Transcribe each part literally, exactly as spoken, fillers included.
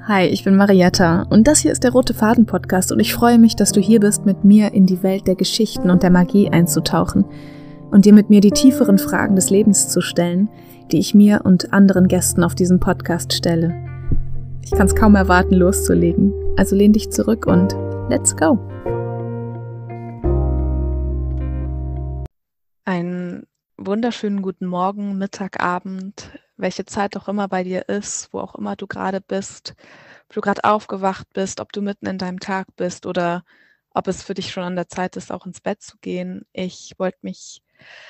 Hi, ich bin Marietta und das hier ist der Rote Faden Podcast und ich freue mich, dass du hier bist, mit mir in die Welt der Geschichten und der Magie einzutauchen und dir mit mir die tieferen Fragen des Lebens zu stellen, die ich mir und anderen Gästen auf diesem Podcast stelle. Ich kann es kaum erwarten, loszulegen, also lehn dich zurück und let's go! Einen wunderschönen guten Morgen, Mittag, Abend, welche Zeit auch immer bei dir ist, wo auch immer du gerade bist, ob du gerade aufgewacht bist, ob du mitten in deinem Tag bist oder ob es für dich schon an der Zeit ist, auch ins Bett zu gehen. Ich wollte mich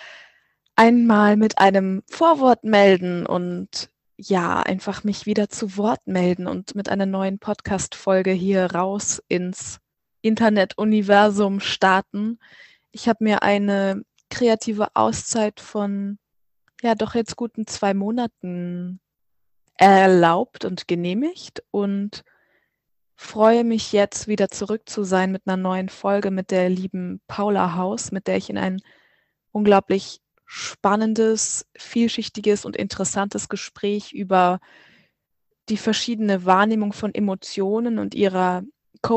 einmal mit einem Vorwort melden und ja, einfach mich wieder zu Wort melden und mit einer neuen Podcast-Folge hier raus ins Internet-Universum starten. Ich habe mir eine kreative Auszeit von, ja, doch jetzt guten zwei Monaten erlaubt und genehmigt und freue mich jetzt wieder zurück zu sein mit einer neuen Folge mit der lieben Paula Haus, mit der ich in ein unglaublich spannendes, vielschichtiges und interessantes Gespräch über die verschiedene Wahrnehmung von Emotionen und ihrer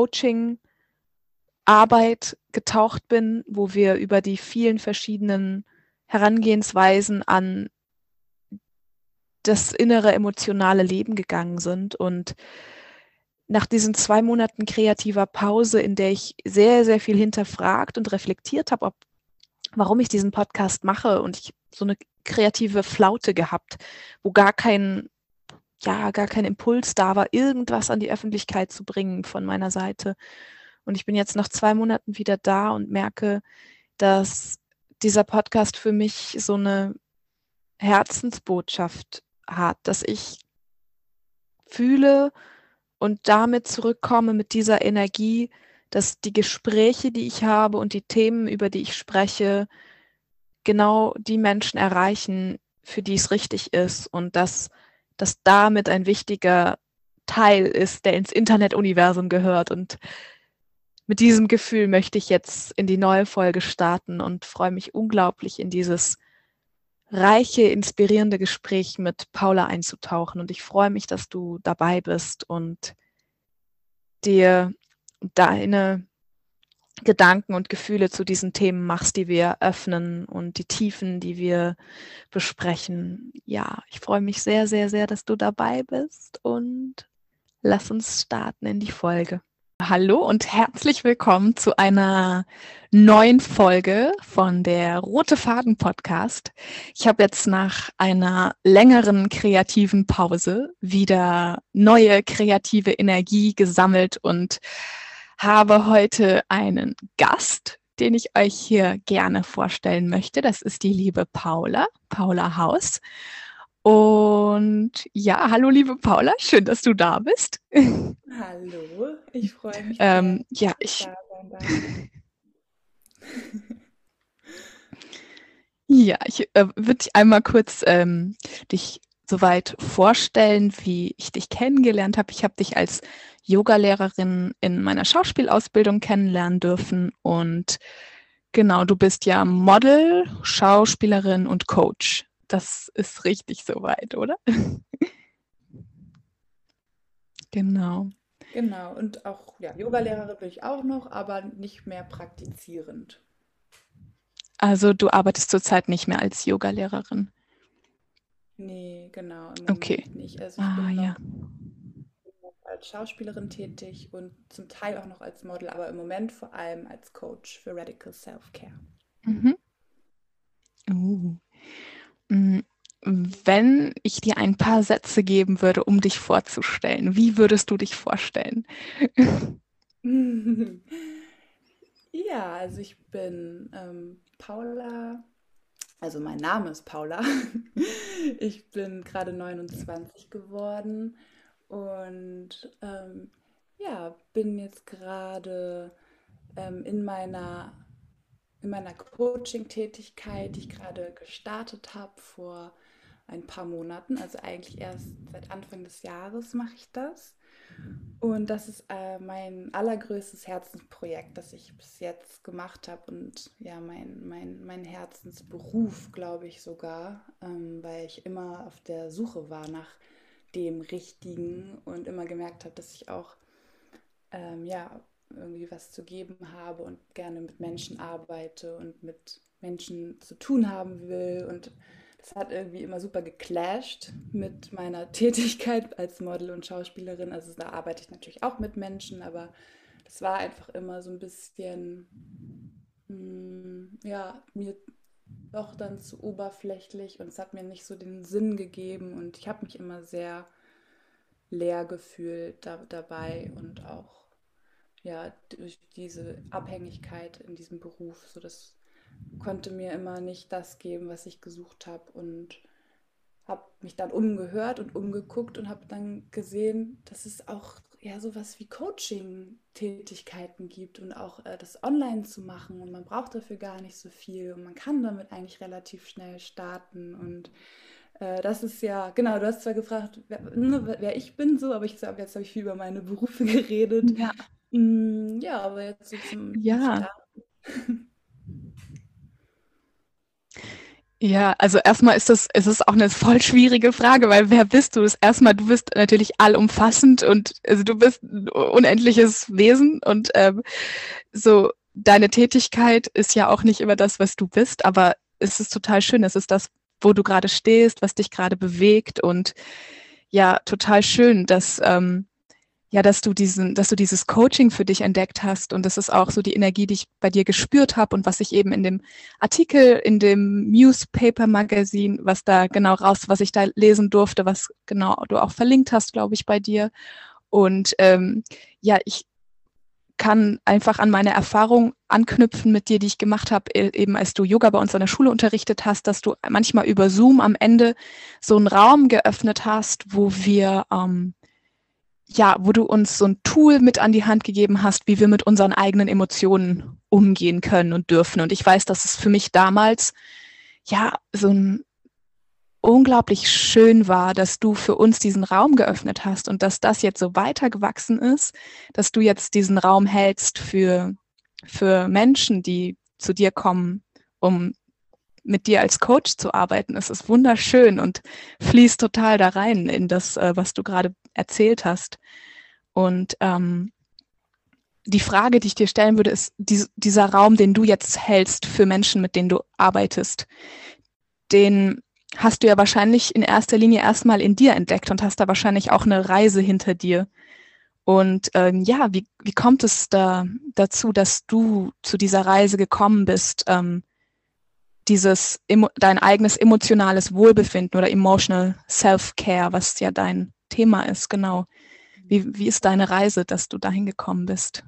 Coaching-Arbeit getaucht bin, wo wir über die vielen verschiedenen Herangehensweisen an das innere emotionale Leben gegangen sind. Und nach diesen zwei Monaten kreativer Pause, in der ich sehr, sehr viel hinterfragt und reflektiert habe, ob, warum ich diesen Podcast mache, und ich so eine kreative Flaute gehabt, wo gar kein, ja, gar kein Impuls da war, irgendwas an die Öffentlichkeit zu bringen von meiner Seite. Und ich bin jetzt nach zwei Monaten wieder da und merke, dass dieser Podcast für mich so eine Herzensbotschaft hat, dass ich fühle und damit zurückkomme mit dieser Energie, dass die Gespräche, die ich habe und die Themen, über die ich spreche, genau die Menschen erreichen, für die es richtig ist, und dass das damit ein wichtiger Teil ist, der ins Internet-Universum gehört. Und mit diesem Gefühl möchte ich jetzt in die neue Folge starten und freue mich unglaublich, in dieses reiche, inspirierende Gespräch mit Paula einzutauchen. Und ich freue mich, dass du dabei bist und dir deine Gedanken und Gefühle zu diesen Themen machst, die wir öffnen, und die Tiefen, die wir besprechen. Ja, ich freue mich sehr, sehr, sehr, dass du dabei bist, und lass uns starten in die Folge. Hallo und herzlich willkommen zu einer neuen Folge von der Rote Faden Podcast. Ich habe jetzt nach einer längeren kreativen Pause wieder neue kreative Energie gesammelt und habe heute einen Gast, den ich euch hier gerne vorstellen möchte. Das ist die liebe Paula, Paula Haus. Und ja, hallo liebe Paula, schön, dass du da bist. Hallo, ich freue mich ähm, sehr, ja, ich, da sein darf. ja, ich äh, würde dich einmal kurz ähm, dich soweit vorstellen, wie ich dich kennengelernt habe. Ich habe dich als Yogalehrerin in meiner Schauspielausbildung kennenlernen dürfen, und genau, du bist ja Model, Schauspielerin und Coach. Das ist richtig soweit, oder? Genau. Genau, und auch ja, Yogalehrerin bin ich auch noch, aber nicht mehr praktizierend. Also du arbeitest zurzeit nicht mehr als Yogalehrerin. Nee, genau, im Okay. Moment nicht. Also ich Ah, bin ja. noch als Schauspielerin tätig und zum Teil auch noch als Model, aber im Moment vor allem als Coach für Radical Self-Care. Mhm. Uh. Mm, Wenn ich dir ein paar Sätze geben würde, um dich vorzustellen, wie würdest du dich vorstellen? Ja, also ich bin ähm, Paula, also mein Name ist Paula. Ich bin gerade neunundzwanzig geworden und ähm, ja, bin jetzt gerade ähm, in meiner, in meiner Coaching-Tätigkeit, die ich gerade gestartet habe vor ein paar Monaten, also eigentlich erst seit Anfang des Jahres mache ich das. Und das ist äh, mein allergrößtes Herzensprojekt, das ich bis jetzt gemacht habe, und ja, mein, mein, mein Herzensberuf, glaube ich sogar, ähm, weil ich immer auf der Suche war nach dem Richtigen und immer gemerkt habe, dass ich auch ähm, ja, irgendwie was zu geben habe und gerne mit Menschen arbeite und mit Menschen zu tun haben will. Und das hat irgendwie immer super geclasht mit meiner Tätigkeit als Model und Schauspielerin. Also da arbeite ich natürlich auch mit Menschen, aber das war einfach immer so ein bisschen, mh, ja, mir doch dann zu oberflächlich und es hat mir nicht so den Sinn gegeben und ich habe mich immer sehr leer gefühlt da, dabei und auch ja durch diese Abhängigkeit in diesem Beruf, so das konnte mir immer nicht das geben, was ich gesucht habe und habe mich dann umgehört und umgeguckt und habe dann gesehen, dass es auch ja sowas wie Coaching-Tätigkeiten gibt und auch äh, das online zu machen und man braucht dafür gar nicht so viel und man kann damit eigentlich relativ schnell starten und äh, das ist ja, genau, du hast zwar gefragt, wer, ne, wer ich bin so, aber ich glaube, jetzt habe ich viel über meine Berufe geredet. Ja, Mm, ja, aber jetzt so zum, zum ja. Start. Ja, also erstmal ist das, es ist auch eine voll schwierige Frage, weil wer bist du? Das erstmal, du bist natürlich allumfassend und also du bist ein unendliches Wesen und ähm, so deine Tätigkeit ist ja auch nicht immer das, was du bist, aber es ist total schön. Es ist das, wo du gerade stehst, was dich gerade bewegt und ja, total schön, dass ähm, ja, dass du diesen, dass du dieses Coaching für dich entdeckt hast und das ist auch so die Energie, die ich bei dir gespürt habe und was ich eben in dem Artikel, in dem Newspaper Magazine, was da genau raus, was ich da lesen durfte, was genau du auch verlinkt hast, glaube ich, bei dir. Und ähm, ja, ich kann einfach an meine Erfahrung anknüpfen mit dir, die ich gemacht habe, eben als du Yoga bei uns an der Schule unterrichtet hast, dass du manchmal über Zoom am Ende so einen Raum geöffnet hast, wo wir ähm, ja, wo du uns so ein Tool mit an die Hand gegeben hast, wie wir mit unseren eigenen Emotionen umgehen können und dürfen. Und ich weiß, dass es für mich damals ja so ein unglaublich schön war, dass du für uns diesen Raum geöffnet hast und dass das jetzt so weitergewachsen ist, dass du jetzt diesen Raum hältst für, für Menschen, die zu dir kommen, um mit dir als Coach zu arbeiten. Es ist wunderschön und fließt total da rein in das, was du gerade erzählt hast. Und ähm, die Frage, die ich dir stellen würde, ist, dies, dieser Raum, den du jetzt hältst für Menschen, mit denen du arbeitest, den hast du ja wahrscheinlich in erster Linie erstmal in dir entdeckt und hast da wahrscheinlich auch eine Reise hinter dir. Und ähm, ja, wie, wie kommt es da dazu, dass du zu dieser Reise gekommen bist, ähm, dieses dein eigenes emotionales Wohlbefinden oder emotional self-care, was ja dein Thema ist, genau. Wie, wie ist deine Reise, dass du dahin gekommen bist?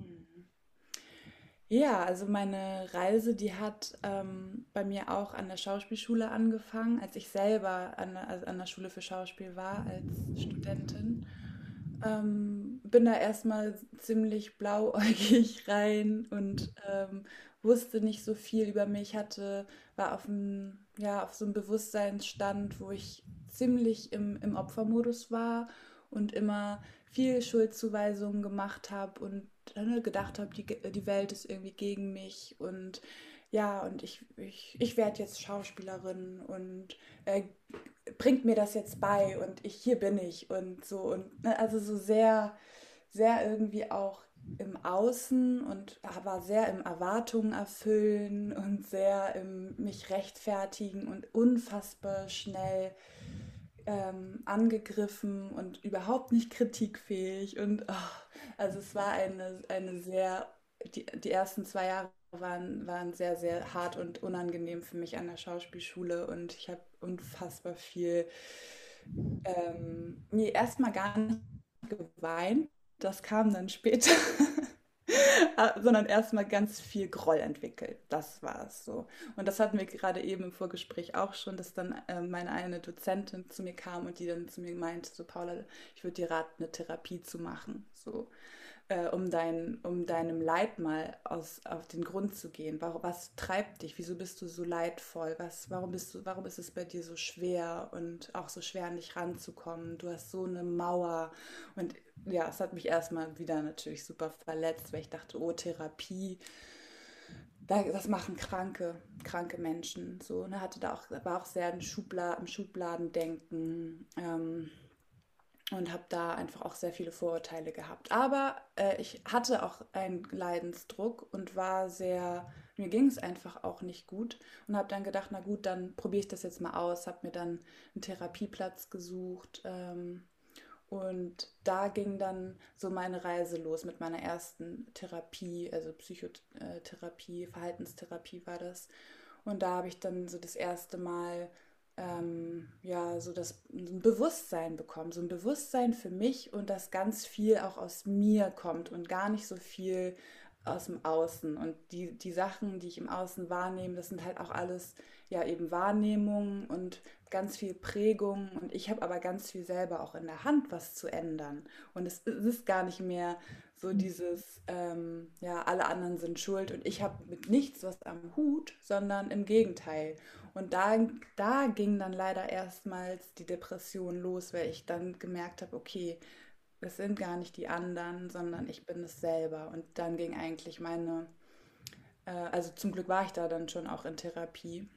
Ja, also meine Reise, die hat ähm, bei mir auch an der Schauspielschule angefangen, als ich selber an, der- also an der Schule für Schauspiel war als Studentin. Ähm, bin da erstmal ziemlich blauäugig rein und ähm, wusste nicht so viel über mich, hatte, war auf einem, ja, auf so einem Bewusstseinsstand, wo ich ziemlich im, im Opfermodus war und immer viel Schuldzuweisungen gemacht habe und dann gedacht habe, die, die Welt ist irgendwie gegen mich und ja, und ich, ich, ich werde jetzt Schauspielerin und äh, bringt mir das jetzt bei und ich, hier bin ich und so und ne, also so sehr, sehr irgendwie auch im Außen und aber sehr im Erwartungen erfüllen und sehr im mich rechtfertigen und unfassbar schnell ähm, angegriffen und überhaupt nicht kritikfähig und oh, also es war eine, eine sehr, die, die ersten zwei Jahre waren, waren sehr, sehr hart und unangenehm für mich an der Schauspielschule und ich habe unfassbar viel, ähm, nee, erstmal gar nicht geweint, das kam dann später, sondern erstmal ganz viel Groll entwickelt. Das war es so. Und das hatten wir gerade eben im Vorgespräch auch schon, dass dann äh, meine eine Dozentin zu mir kam und die dann zu mir meinte, so Paula, ich würde dir raten, eine Therapie zu machen. So äh, um, dein, um deinem Leid mal aus, auf den Grund zu gehen. Warum, was treibt dich? Wieso bist du so leidvoll? Was, warum, bist du, warum ist es bei dir so schwer und auch so schwer an dich ranzukommen? Du hast so eine Mauer. Und ja, es hat mich erstmal wieder natürlich super verletzt, weil ich dachte, oh, Therapie, das machen kranke, kranke Menschen. So, ne, hatte da auch, war auch sehr ein Schubla, im Schubladendenken. Ähm, und habe da einfach auch sehr viele Vorurteile gehabt. Aber äh, ich hatte auch einen Leidensdruck und war sehr, mir ging es einfach auch nicht gut und habe dann gedacht, na gut, dann probiere ich das jetzt mal aus, habe mir dann einen Therapieplatz gesucht ähm, und da ging dann so meine Reise los mit meiner ersten Therapie, also Psychotherapie, Verhaltenstherapie war das. Und da habe ich dann so das erste Mal ähm, ja, so das so ein Bewusstsein bekommen, so ein Bewusstsein für mich und dass ganz viel auch aus mir kommt und gar nicht so viel aus dem Außen. Und die, die Sachen, die ich im Außen wahrnehme, das sind halt auch alles ja eben Wahrnehmungen und ganz viel Prägung. Und ich habe aber ganz viel selber auch in der Hand, was zu ändern. Und es, es ist gar nicht mehr so dieses, ähm, ja, alle anderen sind schuld und ich habe mit nichts was am Hut, sondern im Gegenteil. Und da, da ging dann leider erstmals die Depression los, weil ich dann gemerkt habe, okay, es sind gar nicht die anderen, sondern ich bin es selber. Und dann ging eigentlich meine, äh, also zum Glück war ich da dann schon auch in Therapie,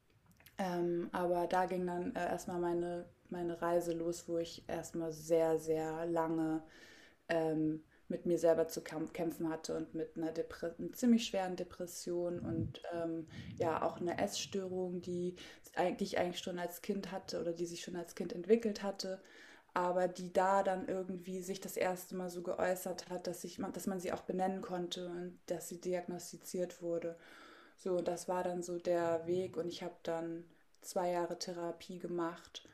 ähm, aber da ging dann äh, erstmal meine, meine Reise los, wo ich erstmal sehr, sehr lange ähm, mit mir selber zu kämpfen hatte und mit einer, Depre einer ziemlich schweren Depression und ähm, ja auch eine Essstörung, die, die ich eigentlich schon als Kind hatte oder die sich schon als Kind entwickelt hatte, aber die da dann irgendwie sich das erste Mal so geäußert hat, dass, ich, dass man sie auch benennen konnte und dass sie diagnostiziert wurde. So, das war dann so der Weg und ich habe dann zwei Jahre Therapie gemacht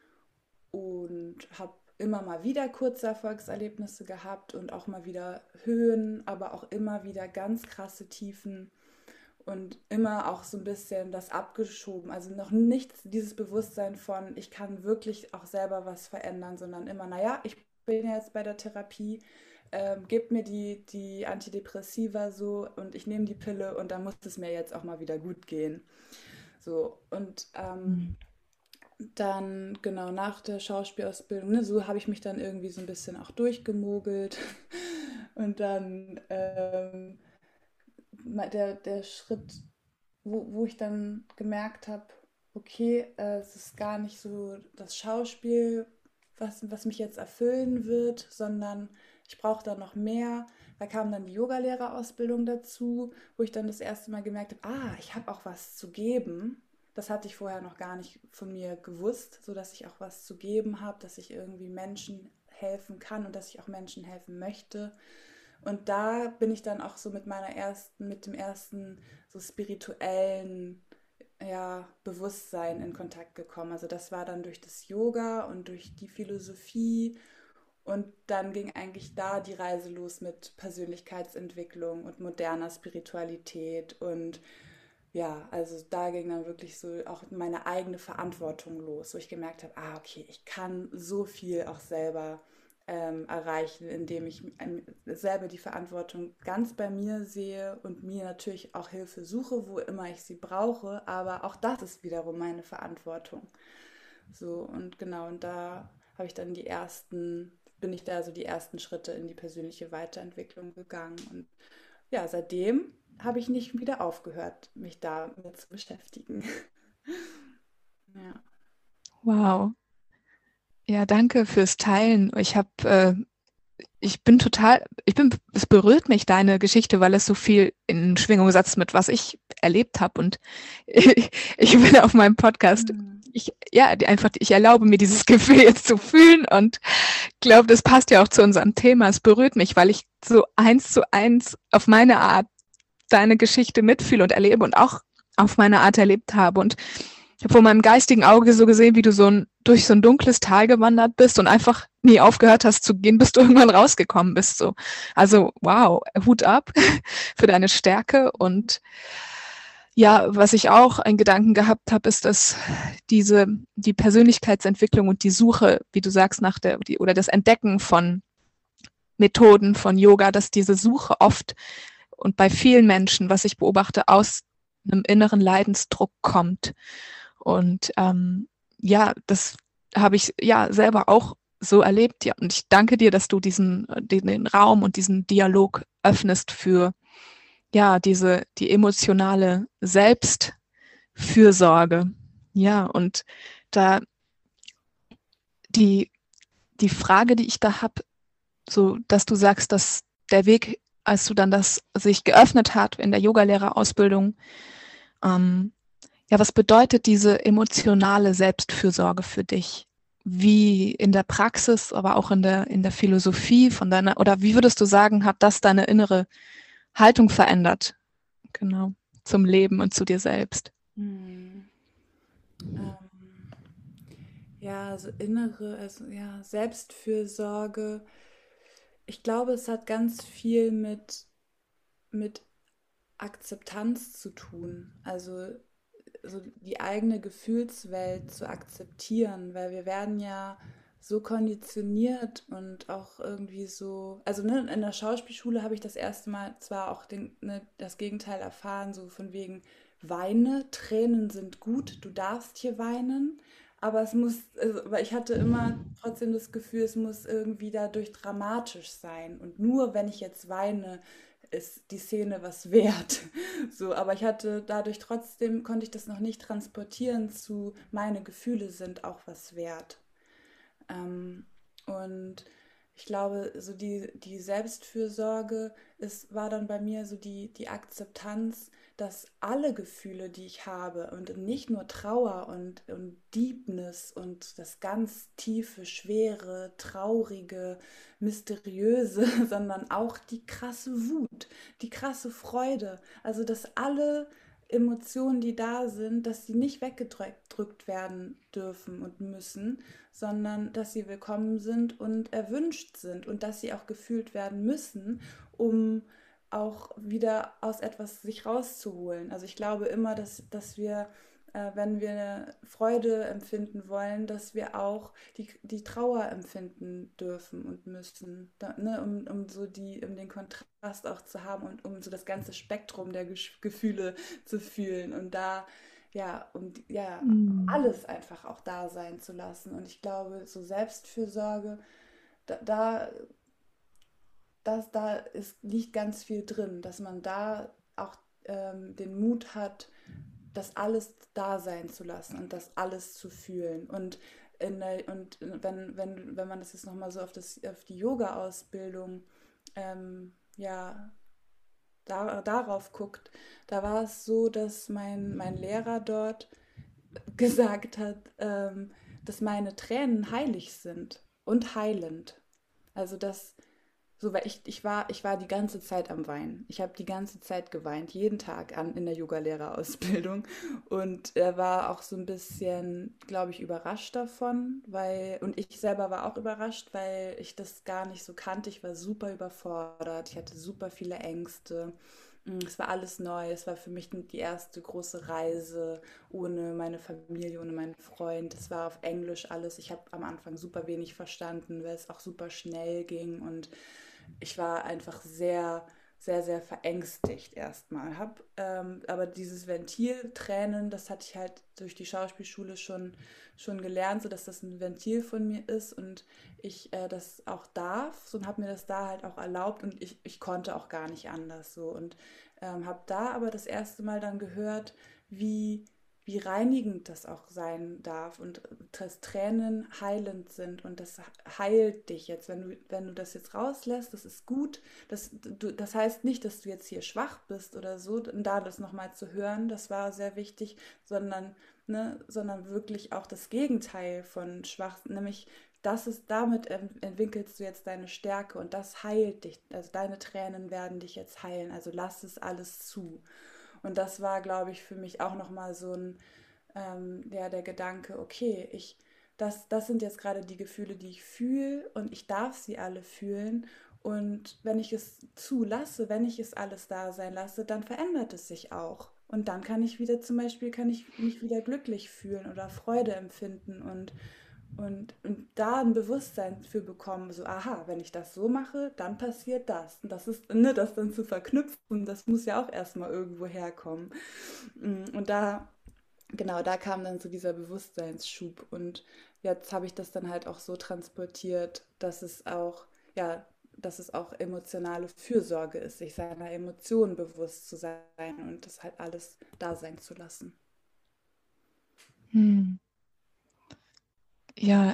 und habe immer mal wieder kurze Erfolgserlebnisse gehabt und auch mal wieder Höhen, aber auch immer wieder ganz krasse Tiefen und immer auch so ein bisschen das abgeschoben. Also noch nicht dieses Bewusstsein von, ich kann wirklich auch selber was verändern, sondern immer, naja, ich bin ja jetzt bei der Therapie, ähm, gebt mir die, die Antidepressiva so und ich nehme die Pille und dann muss es mir jetzt auch mal wieder gut gehen. So, und ähm, dann, genau, nach der Schauspielausbildung, ne, so habe ich mich dann irgendwie so ein bisschen auch durchgemogelt. Und dann ähm, der, der Schritt, wo, wo ich dann gemerkt habe, okay, äh, es ist gar nicht so das Schauspiel, was, was mich jetzt erfüllen wird, sondern ich brauche da noch mehr. Da kam dann die Yogalehrerausbildung dazu, wo ich dann das erste Mal gemerkt habe, ah, ich habe auch was zu geben. Das hatte ich vorher noch gar nicht von mir gewusst, so dass ich auch was zu geben habe, dass ich irgendwie Menschen helfen kann und dass ich auch Menschen helfen möchte. Und da bin ich dann auch so mit meiner ersten, mit dem ersten so spirituellen ja, Bewusstsein in Kontakt gekommen. Also das war dann durch das Yoga und durch die Philosophie und dann ging eigentlich da die Reise los mit Persönlichkeitsentwicklung und moderner Spiritualität und ja, also da ging dann wirklich so auch meine eigene Verantwortung los, wo ich gemerkt habe, ah, okay, ich kann so viel auch selber ähm, erreichen, indem ich ähm, selber die Verantwortung ganz bei mir sehe und mir natürlich auch Hilfe suche, wo immer ich sie brauche, aber auch das ist wiederum meine Verantwortung. So und genau, und da habe ich dann die ersten, bin ich da so die ersten Schritte in die persönliche Weiterentwicklung gegangen und ja, seitdem habe ich nicht wieder aufgehört, mich damit zu beschäftigen. Ja. Wow. Ja, danke fürs Teilen. Ich habe, äh, ich bin total, ich bin, es berührt mich, deine Geschichte, weil es so viel in Schwingung setzt mit, was ich erlebt habe. Und ich, ich bin auf meinem Podcast, Mhm. ich, ja, die- einfach, ich erlaube mir dieses Gefühl jetzt zu fühlen und glaube, das passt ja auch zu unserem Thema. Es berührt mich, weil ich so eins zu eins auf meine Art deine Geschichte mitfühle und erlebe und auch auf meine Art erlebt habe. Und ich habe vor meinem geistigen Auge so gesehen, wie du so ein, durch so ein dunkles Tal gewandert bist und einfach nie aufgehört hast zu gehen, bis du irgendwann rausgekommen bist. So. Also wow, Hut ab für deine Stärke. Und ja, was ich auch einen Gedanken gehabt habe, ist, dass diese, die Persönlichkeitsentwicklung und die Suche, wie du sagst, nach der, die, oder das Entdecken von Methoden von Yoga, dass diese Suche oft und bei vielen Menschen, was ich beobachte, aus einem inneren Leidensdruck kommt. Und ähm, ja, das habe ich ja selber auch so erlebt. Ja. Und ich danke dir, dass du diesen den, den Raum und diesen Dialog öffnest für ja diese die emotionale Selbstfürsorge. Ja, und da die die Frage, die ich da habe, so, dass du sagst, dass der Weg, als du dann das sich geöffnet hat in der Yogalehrerausbildung, ähm, ja, was bedeutet diese emotionale Selbstfürsorge für dich? Wie in der Praxis, aber auch in der, in der Philosophie von deiner, oder wie würdest du sagen, hat das deine innere Haltung verändert? Genau, zum Leben und zu dir selbst. Hm. Ähm, ja, also innere, also ja, Selbstfürsorge. Ich glaube, es hat ganz viel mit, mit Akzeptanz zu tun. Also so die eigene Gefühlswelt zu akzeptieren, weil wir werden ja so konditioniert und auch irgendwie so, also ne, in der Schauspielschule habe ich das erste Mal zwar auch den, ne, das Gegenteil erfahren, so von wegen Weine, Tränen sind gut, du darfst hier weinen, aber es muss, also, aber ich hatte immer trotzdem das Gefühl, es muss irgendwie dadurch dramatisch sein und nur wenn ich jetzt weine, ist die Szene was wert. So, aber ich hatte dadurch trotzdem, konnte ich das noch nicht transportieren zu, meine Gefühle sind auch was wert. Ähm, und ich glaube, so die, die Selbstfürsorge ist, war dann bei mir so die, die Akzeptanz, dass alle Gefühle, die ich habe, und nicht nur Trauer und, und Deepness und das ganz tiefe, schwere, traurige, mysteriöse, sondern auch die krasse Wut, die krasse Freude, also dass alle Emotionen, die da sind, dass sie nicht weggedrückt werden dürfen und müssen, sondern dass sie willkommen sind und erwünscht sind und dass sie auch gefühlt werden müssen, um auch wieder aus etwas sich rauszuholen. Also ich glaube immer, dass, dass wir, äh, wenn wir Freude empfinden wollen, dass wir auch die, die Trauer empfinden dürfen und müssen, da, ne, um, um so die, um den Kontrast auch zu haben und um so das ganze Spektrum der Gefühle zu fühlen und da ja, um ja, Mhm. alles einfach auch da sein zu lassen. Und ich glaube, so Selbstfürsorge, da, da, das, da ist, liegt ganz viel drin, dass man da auch ähm, den Mut hat, das alles da sein zu lassen und das alles zu fühlen. Und, in der, und wenn, wenn, wenn man das jetzt nochmal so auf, das, auf die Yoga-Ausbildung ähm, ja, da, darauf guckt, da war es so, dass mein, mein Lehrer dort gesagt hat, ähm, dass meine Tränen heilig sind und heilend. Also dass so, weil ich, ich war, ich war die ganze Zeit am Weinen. Ich habe die ganze Zeit geweint, jeden Tag an, in der Yogalehrerausbildung. Und er war auch so ein bisschen, glaube ich, überrascht davon, weil, und ich selber war auch überrascht, weil ich das gar nicht so kannte. Ich war super überfordert, ich hatte super viele Ängste. Mm, Es war alles neu. Es war für mich die erste große Reise ohne meine Familie, ohne meinen Freund. Es war auf Englisch alles. Ich habe am Anfang super wenig verstanden, weil es auch super schnell ging und ich war einfach sehr, sehr, sehr verängstigt erstmal. Hab, ähm, aber dieses Ventil, Tränen, das hatte ich halt durch die Schauspielschule schon, schon gelernt, sodass das ein Ventil von mir ist und ich äh, das auch darf so, und habe mir das da halt auch erlaubt und ich, ich konnte auch gar nicht anders so und ähm, habe da aber das erste Mal dann gehört, wie wie reinigend das auch sein darf und dass Tränen heilend sind und das heilt dich jetzt, wenn du, wenn du das jetzt rauslässt, das ist gut. Das, du, das heißt nicht, dass du jetzt hier schwach bist oder so, da das nochmal zu hören, das war sehr wichtig, sondern, ne, sondern wirklich auch das Gegenteil von schwach, nämlich das ist, damit entwickelst du jetzt deine Stärke und das heilt dich, also deine Tränen werden dich jetzt heilen, also lass es alles zu. Und das war, glaube ich, für mich auch nochmal so ein, ähm, ja, der Gedanke, okay, ich, das, das sind jetzt gerade die Gefühle, die ich fühle und ich darf sie alle fühlen. Und wenn ich es zulasse, wenn ich es alles da sein lasse, dann verändert es sich auch. Und dann kann ich wieder zum Beispiel, kann ich mich wieder glücklich fühlen oder Freude empfinden und und, und da ein Bewusstsein für bekommen, so, aha, wenn ich das so mache, dann passiert das. Und das ist, ne, das dann zu verknüpfen, das muss ja auch erstmal irgendwo herkommen. Mm, Und da, genau, da kam dann so dieser Bewusstseinsschub. Und jetzt habe ich das dann halt auch so transportiert, dass es auch, ja, dass es auch emotionale Fürsorge ist, sich seiner Emotionen bewusst zu sein und das halt alles da sein zu lassen. Hm. Ja,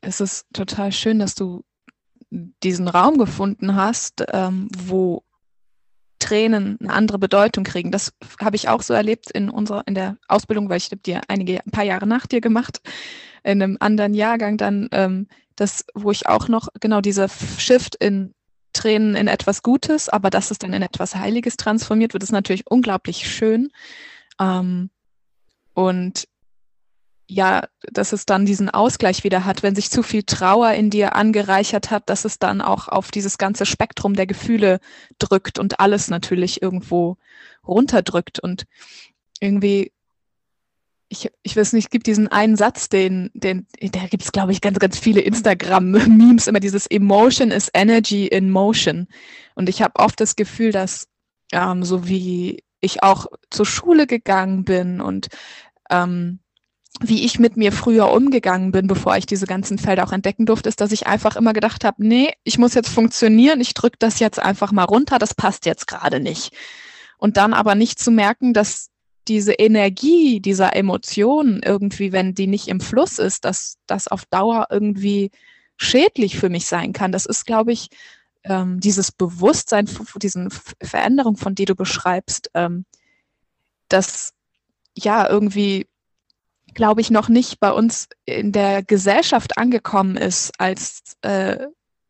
es ist total schön, dass du diesen Raum gefunden hast, ähm, wo Tränen eine andere Bedeutung kriegen. Das habe ich auch so erlebt in unserer, in der Ausbildung, weil ich habe die einige, ein paar Jahre nach dir gemacht, in einem anderen Jahrgang dann, ähm, das, wo ich auch noch genau dieser Shift in Tränen in etwas Gutes, aber dass es dann in etwas Heiliges transformiert wird, ist natürlich unglaublich schön. Ähm, und ja, dass es dann diesen Ausgleich wieder hat, wenn sich zu viel Trauer in dir angereichert hat, dass es dann auch auf dieses ganze Spektrum der Gefühle drückt und alles natürlich irgendwo runterdrückt. Und irgendwie, ich, ich weiß nicht, es gibt diesen einen Satz, den, den, da gibt es, glaube ich, ganz, ganz viele Instagram-Memes, immer dieses Emotion is Energy in Motion. Und ich habe oft das Gefühl, dass ähm, so wie ich auch zur Schule gegangen bin und ähm, wie ich mit mir früher umgegangen bin, bevor ich diese ganzen Felder auch entdecken durfte, ist, dass ich einfach immer gedacht habe, nee, ich muss jetzt funktionieren, ich drücke das jetzt einfach mal runter, das passt jetzt gerade nicht. Und dann aber nicht zu merken, dass diese Energie dieser Emotionen irgendwie, wenn die nicht im Fluss ist, dass das auf Dauer irgendwie schädlich für mich sein kann. Das ist, glaube ich, ähm, dieses Bewusstsein, diese Veränderung, von der du beschreibst, ähm, dass ja irgendwie glaube ich, noch nicht bei uns in der Gesellschaft angekommen ist als äh,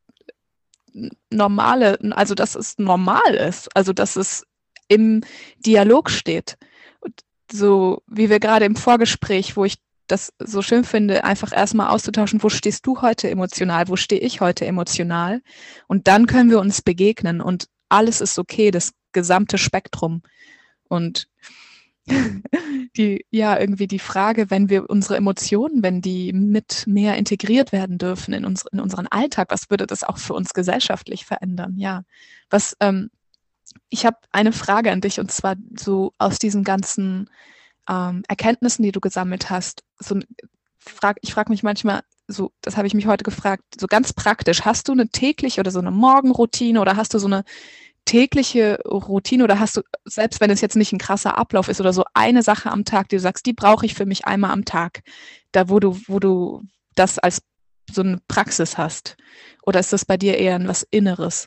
normale, also dass es normal ist, also dass es im Dialog steht. Und so wie wir gerade im Vorgespräch, wo ich das so schön finde, einfach erstmal auszutauschen, wo stehst du heute emotional, wo stehe ich heute emotional? Und dann können wir uns begegnen und alles ist okay, das gesamte Spektrum. Und die, ja, irgendwie die Frage, wenn wir unsere Emotionen, wenn die mit mehr integriert werden dürfen in, uns, in unseren Alltag, was würde das auch für uns gesellschaftlich verändern? Ja, was, ähm, ich habe eine Frage an dich und zwar so aus diesen ganzen ähm, Erkenntnissen, die du gesammelt hast. So, frag, ich frage mich manchmal, so, das habe ich mich heute gefragt, so ganz praktisch, hast du eine tägliche oder so eine Morgenroutine oder hast du so eine tägliche Routine oder hast du, selbst wenn es jetzt nicht ein krasser Ablauf ist oder so, eine Sache am Tag, die du sagst, die brauche ich für mich einmal am Tag, da wo du, wo du das als so eine Praxis hast? Oder ist das bei dir eher was Inneres?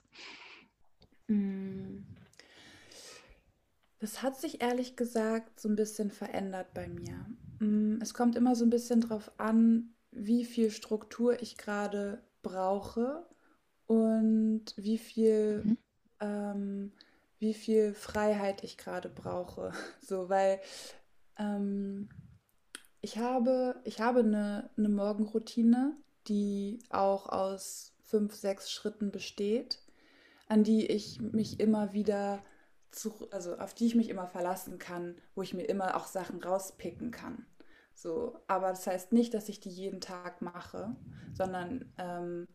Das hat sich ehrlich gesagt so ein bisschen verändert bei mir. Mm, Es kommt immer so ein bisschen drauf an, wie viel Struktur ich gerade brauche und wie viel, Mhm. ähm, wie viel Freiheit ich gerade brauche. So, weil ähm, ich habe, ich habe eine, eine Morgenroutine, die auch aus fünf, sechs Schritten besteht, an die ich mich immer wieder zu, also auf die ich mich immer verlassen kann, wo ich mir immer auch Sachen rauspicken kann. So, aber das heißt nicht, dass ich die jeden Tag mache, sondern ähm,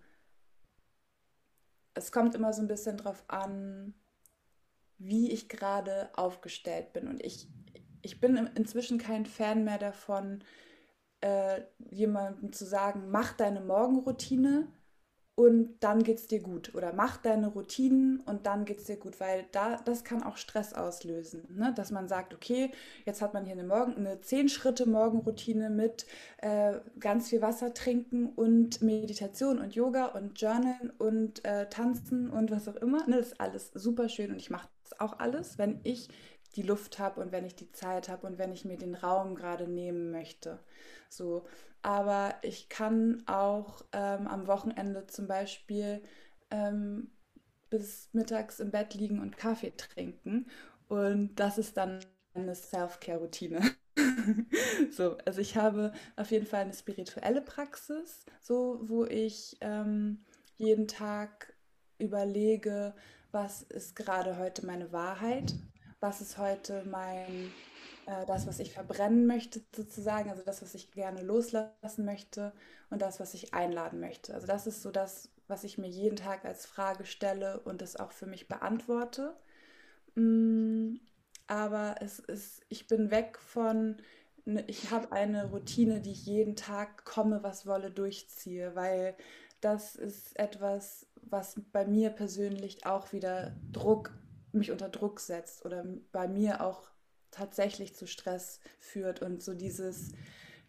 es kommt immer so ein bisschen drauf an, wie ich gerade aufgestellt bin. Und ich, ich bin inzwischen kein Fan mehr davon, äh, jemandem zu sagen, mach deine Morgenroutine und dann geht's dir gut. Oder mach deine Routinen und dann geht's dir gut, weil da, das kann auch Stress auslösen. Ne? Dass man sagt, okay, jetzt hat man hier eine, Morgen, eine zehn Schritte Morgenroutine mit äh, ganz viel Wasser trinken und Meditation und Yoga und Journalen und äh, Tanzen und was auch immer. Ne? Das ist alles super schön und ich mache das auch alles, wenn ich die Luft habe und wenn ich die Zeit habe und wenn ich mir den Raum gerade nehmen möchte. So, aber ich kann auch ähm, am Wochenende zum Beispiel ähm, bis mittags im Bett liegen und Kaffee trinken. Und das ist dann eine Self-Care-Routine. So, also ich habe auf jeden Fall eine spirituelle Praxis, so wo ich ähm, jeden Tag überlege, was ist gerade heute meine Wahrheit, was ist heute mein äh, das, was ich verbrennen möchte, sozusagen, also das, was ich gerne loslassen möchte und das, was ich einladen möchte. Also das ist so das, was ich mir jeden Tag als Frage stelle und das auch für mich beantworte. Mm, aber es ist, ich bin weg von, ne, ich habe eine Routine, die ich jeden Tag komme, was wolle, durchziehe, weil das ist etwas, was bei mir persönlich auch wieder Druck, mich unter Druck setzt oder bei mir auch tatsächlich zu Stress führt und so dieses,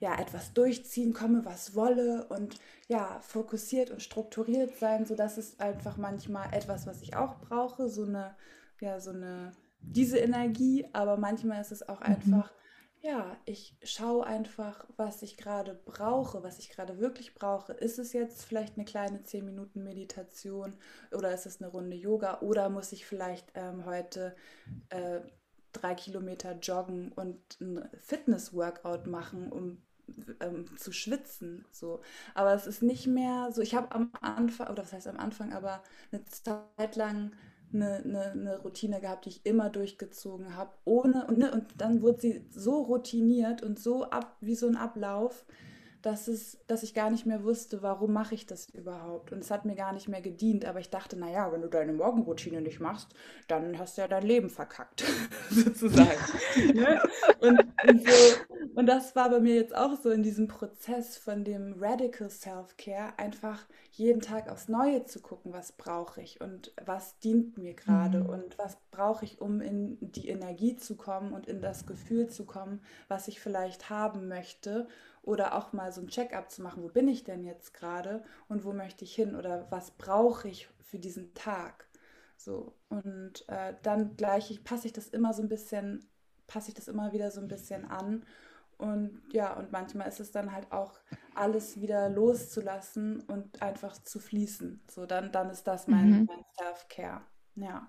ja, etwas durchziehen, komme, was wolle und ja, fokussiert und strukturiert sein, so dass es einfach manchmal etwas, was ich auch brauche, so eine, ja, so eine, diese Energie, aber manchmal ist es auch Mhm. einfach, ja, ich schaue einfach, was ich gerade brauche, was ich gerade wirklich brauche. Ist es jetzt vielleicht eine kleine zehn Minuten Meditation oder ist es eine Runde Yoga oder muss ich vielleicht ähm, heute äh, drei Kilometer joggen und ein Fitness-Workout machen, um ähm, zu schwitzen. So. Aber es ist nicht mehr so, ich habe am Anfang, oder was heißt am Anfang, aber eine Zeit lang eine, eine, eine Routine gehabt, die ich immer durchgezogen habe, ohne, und, ne, und dann wurde sie so routiniert und so ab, wie so ein Ablauf, dass, es, dass ich gar nicht mehr wusste, warum mache ich das überhaupt. Und es hat mir gar nicht mehr gedient, aber ich dachte, naja, wenn du deine Morgenroutine nicht machst, dann hast du ja dein Leben verkackt, sozusagen. Ne? Und, und, so, und das war bei mir jetzt auch so in diesem Prozess von dem Radical Self-Care, einfach jeden Tag aufs Neue zu gucken, was brauche ich und was dient mir gerade Mhm. und was brauche ich, um in die Energie zu kommen und in das Gefühl zu kommen, was ich vielleicht haben möchte. Oder auch mal so ein Check-up zu machen, wo bin ich denn jetzt gerade und wo möchte ich hin oder was brauche ich für diesen Tag. So, und äh, dann gleich passe ich das immer so ein bisschen, passe ich das immer wieder so ein bisschen an. Und ja, und manchmal ist es dann halt auch alles wieder loszulassen und einfach zu fließen. So, dann, dann ist das mein, Mhm. mein Self-Care. Ja.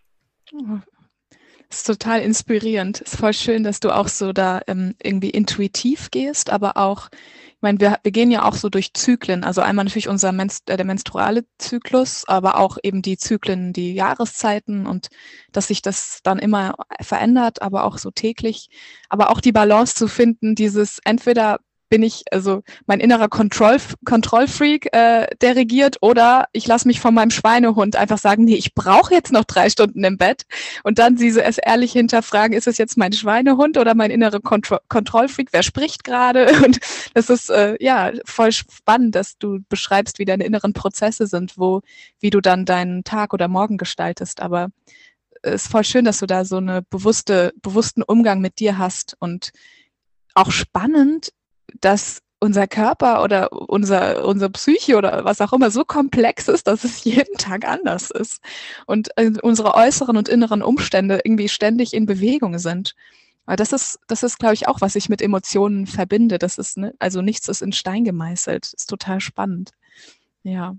Oh, ist total inspirierend. Ist voll schön, dass du auch so da ähm, irgendwie intuitiv gehst, aber auch, ich meine, wir, wir gehen ja auch so durch Zyklen. Also einmal natürlich unser Menst äh, der menstruale Zyklus, aber auch eben die Zyklen, die Jahreszeiten und dass sich das dann immer verändert, aber auch so täglich. Aber auch die Balance zu finden, dieses entweder bin ich, also mein innerer Kontroll, Kontrollfreak, äh, der regiert, oder ich lasse mich von meinem Schweinehund einfach sagen, nee, ich brauche jetzt noch drei Stunden im Bett. Und dann sie so erst ehrlich hinterfragen, ist es jetzt mein Schweinehund oder mein innerer Kontro Kontrollfreak? Wer spricht gerade? Und das ist äh, ja voll spannend, dass du beschreibst, wie deine inneren Prozesse sind, wo, wie du dann deinen Tag oder Morgen gestaltest. Aber es ist voll schön, dass du da so eine bewusste, bewussten Umgang mit dir hast und auch spannend, dass unser Körper oder unser, unsere Psyche oder was auch immer so komplex ist, dass es jeden Tag anders ist. Und äh, unsere äußeren und inneren Umstände irgendwie ständig in Bewegung sind. Aber das ist, das ist, glaube ich, auch, was ich mit Emotionen verbinde. Das ist, ne, also nichts ist in Stein gemeißelt. Ist total spannend. Ja.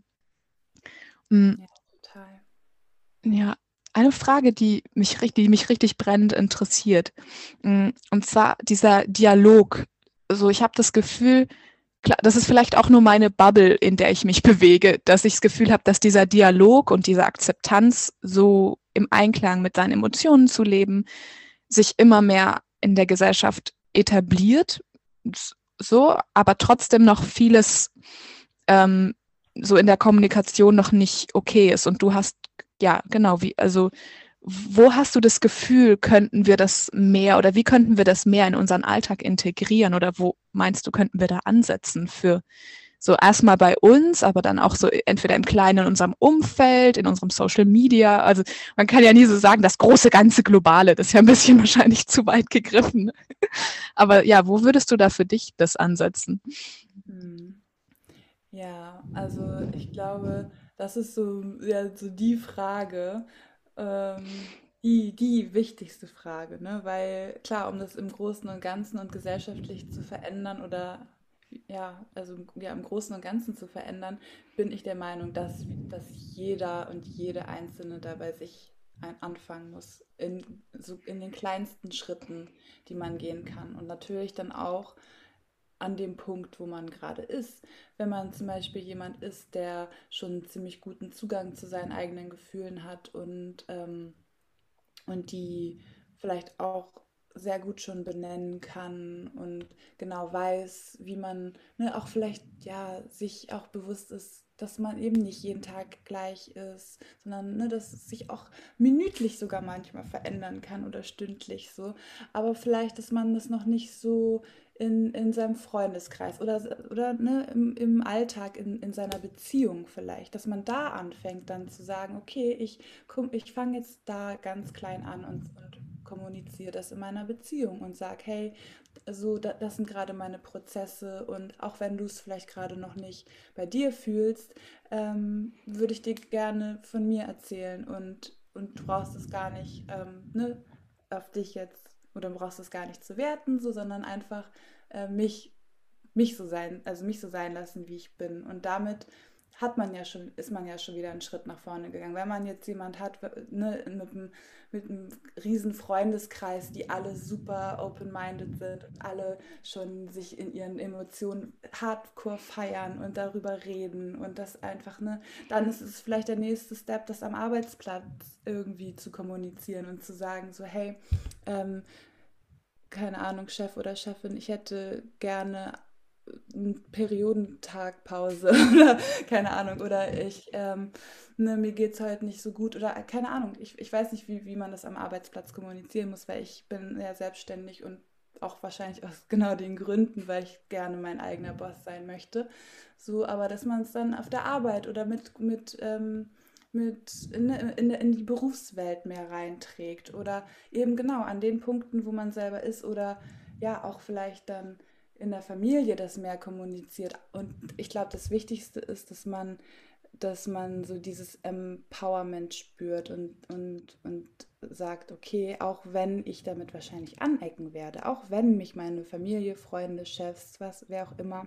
Mm, Ja, total. ja. Eine Frage, die mich, richt- die mich richtig brennend interessiert. Mm, Und zwar dieser Dialog. Also ich habe das Gefühl, klar, das ist vielleicht auch nur meine Bubble, in der ich mich bewege, dass ich das Gefühl habe, dass dieser Dialog und diese Akzeptanz, so im Einklang mit seinen Emotionen zu leben, sich immer mehr in der Gesellschaft etabliert, so, aber trotzdem noch vieles ähm, so in der Kommunikation noch nicht okay ist. Und du hast, ja, genau, wie, also wo hast du das Gefühl, könnten wir das mehr oder wie könnten wir das mehr in unseren Alltag integrieren oder wo meinst du, könnten wir da ansetzen für so erstmal bei uns, aber dann auch so entweder im Kleinen in unserem Umfeld, in unserem Social Media. Also man kann ja nie so sagen, das große ganze Globale, das ist ja ein bisschen wahrscheinlich zu weit gegriffen. Aber ja, wo würdest du da für dich das ansetzen? Hm. Ja, also ich glaube, das ist so, ja, so die Frage, ähm, die, die wichtigste Frage, ne? Weil klar, um das im Großen und Ganzen und gesellschaftlich zu verändern oder ja, also ja, im Großen und Ganzen zu verändern, bin ich der Meinung, dass, dass jeder und jede Einzelne da bei sich ein, anfangen muss, in, so in den kleinsten Schritten, die man gehen kann. Und natürlich dann auch an dem Punkt, wo man gerade ist. Wenn man zum Beispiel jemand ist, der schon einen ziemlich guten Zugang zu seinen eigenen Gefühlen hat und, ähm, und die vielleicht auch sehr gut schon benennen kann und genau weiß, wie man ne, auch vielleicht ja sich auch bewusst ist, dass man eben nicht jeden Tag gleich ist, sondern ne, dass es sich auch minütlich sogar manchmal verändern kann oder stündlich so. Aber vielleicht, dass man das noch nicht so in, in seinem Freundeskreis oder, oder ne, im, im Alltag, in, in seiner Beziehung vielleicht, dass man da anfängt dann zu sagen, okay, ich, komm, ich fange jetzt da ganz klein an und, und kommuniziere das in meiner Beziehung und sage, hey, so, da, das sind gerade meine Prozesse und auch wenn du es vielleicht gerade noch nicht bei dir fühlst, ähm, würde ich dir gerne von mir erzählen und, und du brauchst es gar nicht ähm, ne, auf dich jetzt oder brauchst es gar nicht zu werten, so, sondern einfach äh, mich, mich so sein, also mich so sein lassen, wie ich bin. Und damit hat man ja schon, ist man ja schon wieder einen Schritt nach vorne gegangen. Wenn man jetzt jemand hat, ne, mit einem, mit einem riesen Freundeskreis, die alle super open-minded sind und alle schon sich in ihren Emotionen hardcore feiern und darüber reden und das einfach, ne, dann ist es vielleicht der nächste Step, das am Arbeitsplatz irgendwie zu kommunizieren und zu sagen, so, hey, ähm, keine Ahnung, Chef oder Chefin, ich hätte gerne eine Periodentagpause oder keine Ahnung, oder ich, ähm, ne, mir geht es heute nicht so gut oder keine Ahnung, ich, ich weiß nicht, wie, wie man das am Arbeitsplatz kommunizieren muss, weil ich bin ja selbstständig und auch wahrscheinlich aus genau den Gründen, weil ich gerne mein eigener Boss sein möchte. So, aber dass man es dann auf der Arbeit oder mit, mit, ähm, mit in, in, in die Berufswelt mehr reinträgt oder eben genau an den Punkten, wo man selber ist oder ja auch vielleicht dann in der Familie das mehr kommuniziert. Und ich glaube, das Wichtigste ist, dass man, dass man so dieses Empowerment spürt und, und, und sagt, okay, auch wenn ich damit wahrscheinlich anecken werde, auch wenn mich meine Familie, Freunde, Chefs, was, wer auch immer,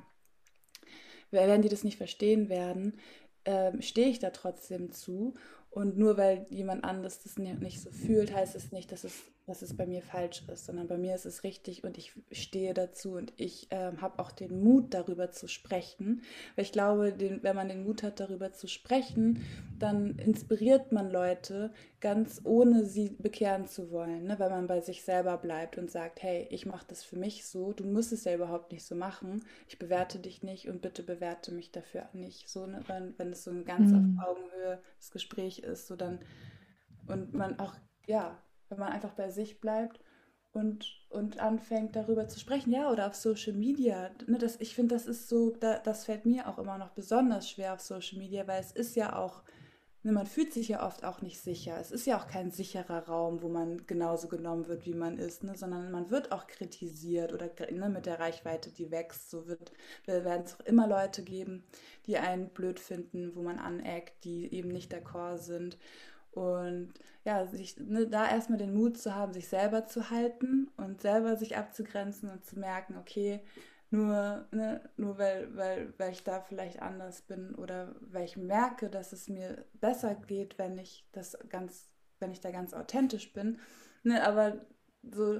wenn die das nicht verstehen werden, ähm, stehe ich da trotzdem zu. Und nur weil jemand anderes das ni- nicht so fühlt, heißt es nicht, dass es, dass es bei mir falsch ist, sondern bei mir ist es richtig und ich stehe dazu und ich ähm, habe auch den Mut, darüber zu sprechen. Weil ich glaube, den, wenn man den Mut hat, darüber zu sprechen, dann inspiriert man Leute, ganz ohne sie bekehren zu wollen, ne? Weil man bei sich selber bleibt und sagt, hey, ich mache das für mich so, du musst es ja überhaupt nicht so machen, ich bewerte dich nicht und bitte bewerte mich dafür nicht. So, ne? wenn, wenn es so ein ganz auf Mhm. Augenhöhe das Gespräch ist, so dann und man auch, ja, wenn man einfach bei sich bleibt und, und anfängt darüber zu sprechen, ja, oder auf Social Media, ne, das, ich finde, das ist so, da, das fällt mir auch immer noch besonders schwer auf Social Media, weil es ist ja auch, ne, man fühlt sich ja oft auch nicht sicher. Es ist ja auch kein sicherer Raum, wo man genauso genommen wird, wie man ist, ne, sondern man wird auch kritisiert oder ne, mit der Reichweite, die wächst, so wird, werden es auch immer Leute geben, die einen blöd finden, wo man aneckt, die eben nicht d'accord sind. Und ja, sich, ne, da erstmal den Mut zu haben, sich selber zu halten und selber sich abzugrenzen und zu merken, okay, nur, ne, nur weil, weil, weil ich da vielleicht anders bin oder weil ich merke, dass es mir besser geht, wenn ich das ganz, wenn ich da ganz authentisch bin. Ne, aber so,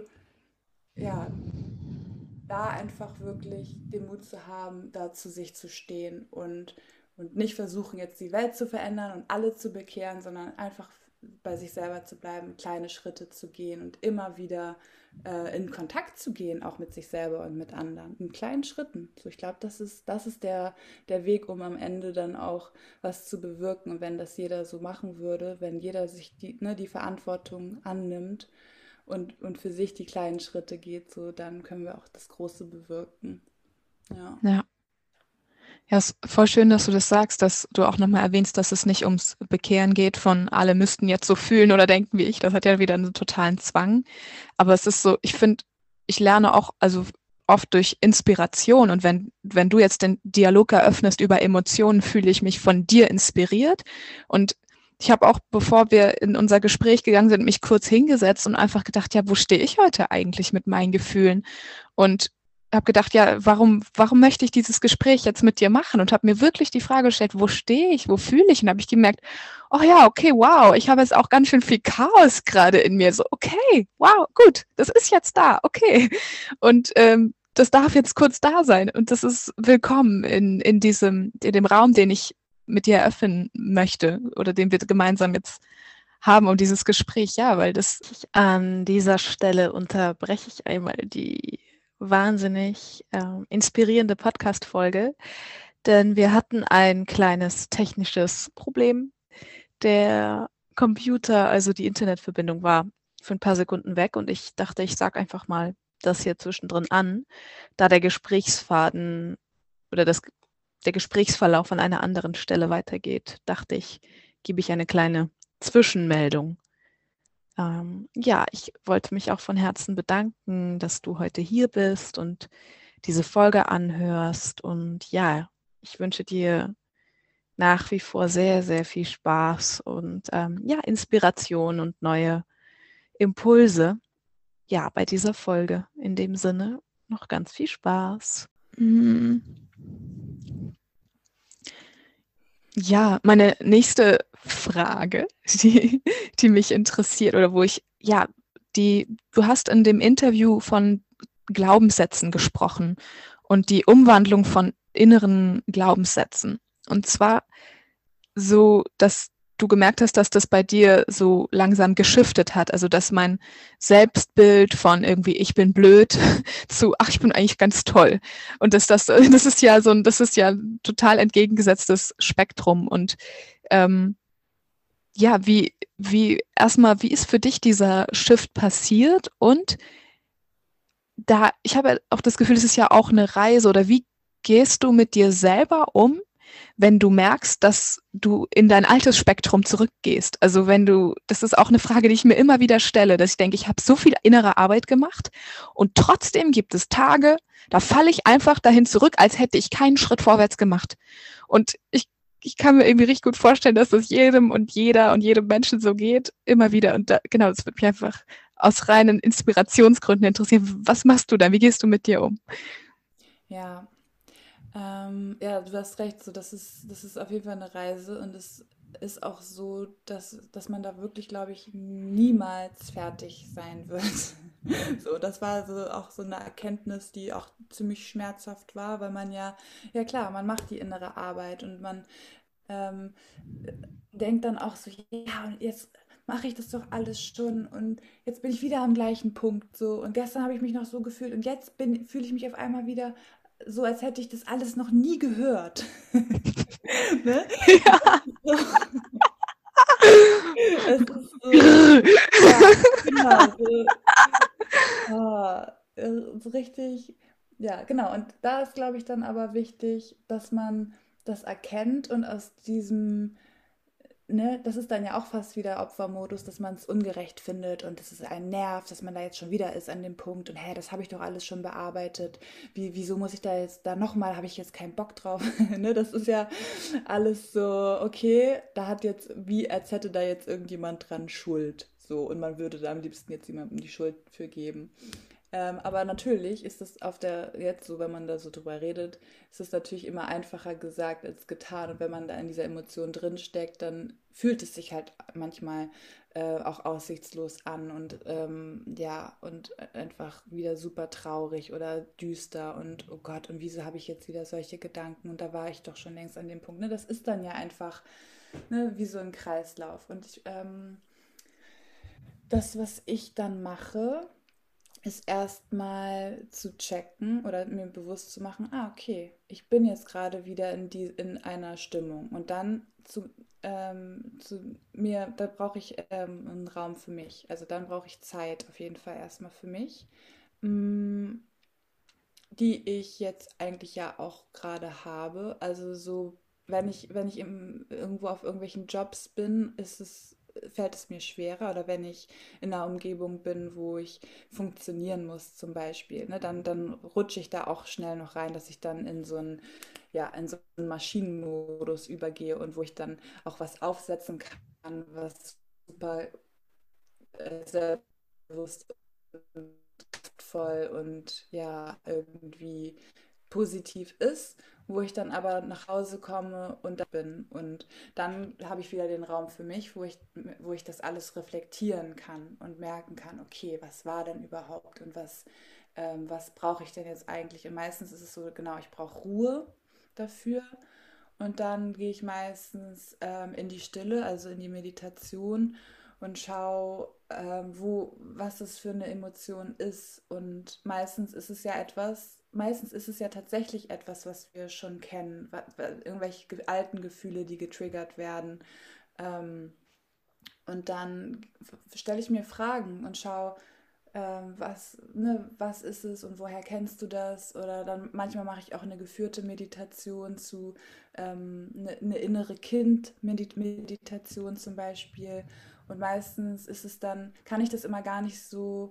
ja, da einfach wirklich den Mut zu haben, da zu sich zu stehen und, und nicht versuchen, jetzt die Welt zu verändern und alle zu bekehren, sondern einfach bei sich selber zu bleiben, kleine Schritte zu gehen und immer wieder äh, in Kontakt zu gehen, auch mit sich selber und mit anderen, in kleinen Schritten. So, ich glaube, das ist, das ist der, der Weg, um am Ende dann auch was zu bewirken. Und wenn das jeder so machen würde, wenn jeder sich die, ne, die Verantwortung annimmt, und, und für sich die kleinen Schritte geht, so dann können wir auch das Große bewirken. Ja. Ja. Ja, ist voll schön, dass du das sagst, dass du auch nochmal erwähnst, dass es nicht ums Bekehren geht von alle müssten jetzt so fühlen oder denken wie ich. Das hat ja wieder einen totalen Zwang. Aber es ist so, ich finde, ich lerne auch, also oft durch Inspiration. Und wenn, wenn du jetzt den Dialog eröffnest über Emotionen, fühle ich mich von dir inspiriert. Und ich habe auch, bevor wir in unser Gespräch gegangen sind, mich kurz hingesetzt und einfach gedacht, ja, wo stehe ich heute eigentlich mit meinen Gefühlen? Und habe gedacht, ja, warum, warum möchte ich dieses Gespräch jetzt mit dir machen? Und habe mir wirklich die Frage gestellt, wo stehe ich, wo fühle ich? Und habe ich gemerkt, oh ja, okay, wow, ich habe jetzt auch ganz schön viel Chaos gerade in mir. So, okay, wow, gut, das ist jetzt da, okay. Und ähm, das darf jetzt kurz da sein. Und das ist willkommen in, in diesem, in dem Raum, den ich mit dir eröffnen möchte oder den wir gemeinsam jetzt haben um dieses Gespräch. Ja, weil das an dieser Stelle unterbreche ich einmal die wahnsinnig äh, inspirierende Podcast-Folge, denn wir hatten ein kleines technisches Problem. Der Computer, also die Internetverbindung war für ein paar Sekunden weg und ich dachte, ich sage einfach mal das hier zwischendrin an, da der Gesprächsfaden oder das, der Gesprächsverlauf an einer anderen Stelle weitergeht, dachte ich, gebe ich eine kleine Zwischenmeldung. ähm, ja, ich wollte mich auch von Herzen bedanken, dass du heute hier bist und diese Folge anhörst. Und ja, ich wünsche dir nach wie vor sehr, sehr viel Spaß und ähm, ja, Inspiration und neue Impulse. Ja, bei dieser Folge. In dem Sinne noch ganz viel Spaß. Mm. Ja, meine nächste Frage, die, die mich interessiert oder wo ich, ja, die, du hast in dem Interview von Glaubenssätzen gesprochen und die Umwandlung von inneren Glaubenssätzen. Und zwar so, dass du gemerkt hast, dass das bei dir so langsam geschiftet hat. Also, dass mein Selbstbild von irgendwie ich bin blöd zu ach, ich bin eigentlich ganz toll. Und dass das, das ist ja so ein, das ist ja ein total entgegengesetztes Spektrum. Und ähm, ja, wie, wie, erstmal, wie ist für dich dieser Shift passiert? Und da, ich habe auch das Gefühl, es ist ja auch eine Reise oder wie gehst du mit dir selber um, wenn du merkst, dass du in dein altes Spektrum zurückgehst? Also wenn du, das ist auch eine Frage, die ich mir immer wieder stelle, dass ich denke, ich habe so viel innere Arbeit gemacht und trotzdem gibt es Tage, da falle ich einfach dahin zurück, als hätte ich keinen Schritt vorwärts gemacht. Und ich, ich kann mir irgendwie richtig gut vorstellen, dass das jedem und jeder und jedem Menschen so geht, immer wieder. Und da, genau, das würde mich einfach aus reinen Inspirationsgründen interessieren. Was machst du da? Wie gehst du mit dir um? Ja, ähm, ja, du hast recht, so das ist, das ist auf jeden Fall eine Reise und es ist auch so, dass, dass man da wirklich, glaube ich, niemals fertig sein wird. So, das war so auch so eine Erkenntnis, die auch ziemlich schmerzhaft war, weil man ja, ja klar, man macht die innere Arbeit und man ähm, denkt dann auch so, ja, und jetzt mache ich das doch alles schon und jetzt bin ich wieder am gleichen Punkt so und gestern habe ich mich noch so gefühlt und jetzt bin, fühle ich mich auf einmal wieder so, als hätte ich das alles noch nie gehört. Ne? Ja. So, es ist so, ja, genau, so, ah, äh, so richtig, ja, genau. Und da ist, glaube ich, dann aber wichtig, dass man das erkennt und aus diesem ne, das ist dann ja auch fast wieder Opfermodus, dass man es ungerecht findet und dass es einen nervt, dass man da jetzt schon wieder ist an dem Punkt und hä, das habe ich doch alles schon bearbeitet. Wie, wieso muss ich da jetzt da nochmal, habe ich jetzt keinen Bock drauf? Ne, das ist ja alles so, okay, da hat jetzt, wie als hätte da jetzt irgendjemand dran Schuld. So, und man würde da am liebsten jetzt jemandem die Schuld für geben. Ähm, aber natürlich ist es auf der, jetzt so, wenn man da so drüber redet, ist es natürlich immer einfacher gesagt als getan. Und wenn man da in dieser Emotion drin steckt, dann fühlt es sich halt manchmal äh, auch aussichtslos an und ähm, ja, und einfach wieder super traurig oder düster und oh Gott, und wieso habe ich jetzt wieder solche Gedanken? Und da war ich doch schon längst an dem Punkt. Ne? Das ist dann ja einfach ne, wie so ein Kreislauf. Und ich, ähm, das, was ich dann mache, ist erstmal zu checken oder mir bewusst zu machen, ah, okay, ich bin jetzt gerade wieder in, die, in einer Stimmung. Und dann zu, ähm, zu mir, da brauche ich ähm, einen Raum für mich. Also dann brauche ich Zeit auf jeden Fall erstmal für mich, mm, die ich jetzt eigentlich ja auch gerade habe. Also so, wenn ich, wenn ich im, irgendwo auf irgendwelchen Jobs bin, ist es fällt es mir schwerer oder wenn ich in einer Umgebung bin, wo ich funktionieren muss zum Beispiel, ne, dann, dann rutsche ich da auch schnell noch rein, dass ich dann in so einen, ja, in so einen Maschinenmodus übergehe und wo ich dann auch was aufsetzen kann, was super äh, selbstbewusst und kraftvoll und ja, irgendwie positiv ist, wo ich dann aber nach Hause komme und da bin. Und dann habe ich wieder den Raum für mich, wo ich, wo ich das alles reflektieren kann und merken kann, okay, was war denn überhaupt und was, ähm, was brauche ich denn jetzt eigentlich? Und meistens ist es so, genau, ich brauche Ruhe dafür. Und dann gehe ich meistens ähm, in die Stille, also in die Meditation und schaue, ähm, wo, was es für eine Emotion ist. Und meistens ist es ja etwas, meistens ist es ja tatsächlich etwas, was wir schon kennen, wa- wa- irgendwelche ge- alten Gefühle, die getriggert werden. Ähm, und dann stelle ich mir Fragen und schaue, ähm, was, ne, was ist es und woher kennst du das? Oder dann manchmal mache ich auch eine geführte Meditation zu ähm, eine, eine innere Kind-Meditation zum Beispiel. Und meistens ist es dann, kann ich das immer gar nicht so,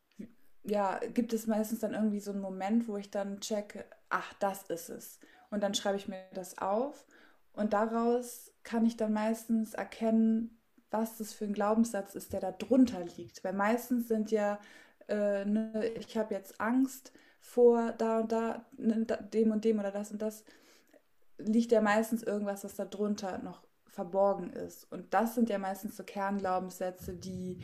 ja, gibt es meistens dann irgendwie so einen Moment, wo ich dann checke, ach, das ist es. Und dann schreibe ich mir das auf und daraus kann ich dann meistens erkennen, was das für ein Glaubenssatz ist, der da drunter liegt. Weil meistens sind ja, äh, ne, ich habe jetzt Angst vor da und da, ne, da, dem und dem oder das und das, liegt ja meistens irgendwas, was da drunter noch verborgen ist. Und das sind ja meistens so Kernglaubenssätze, die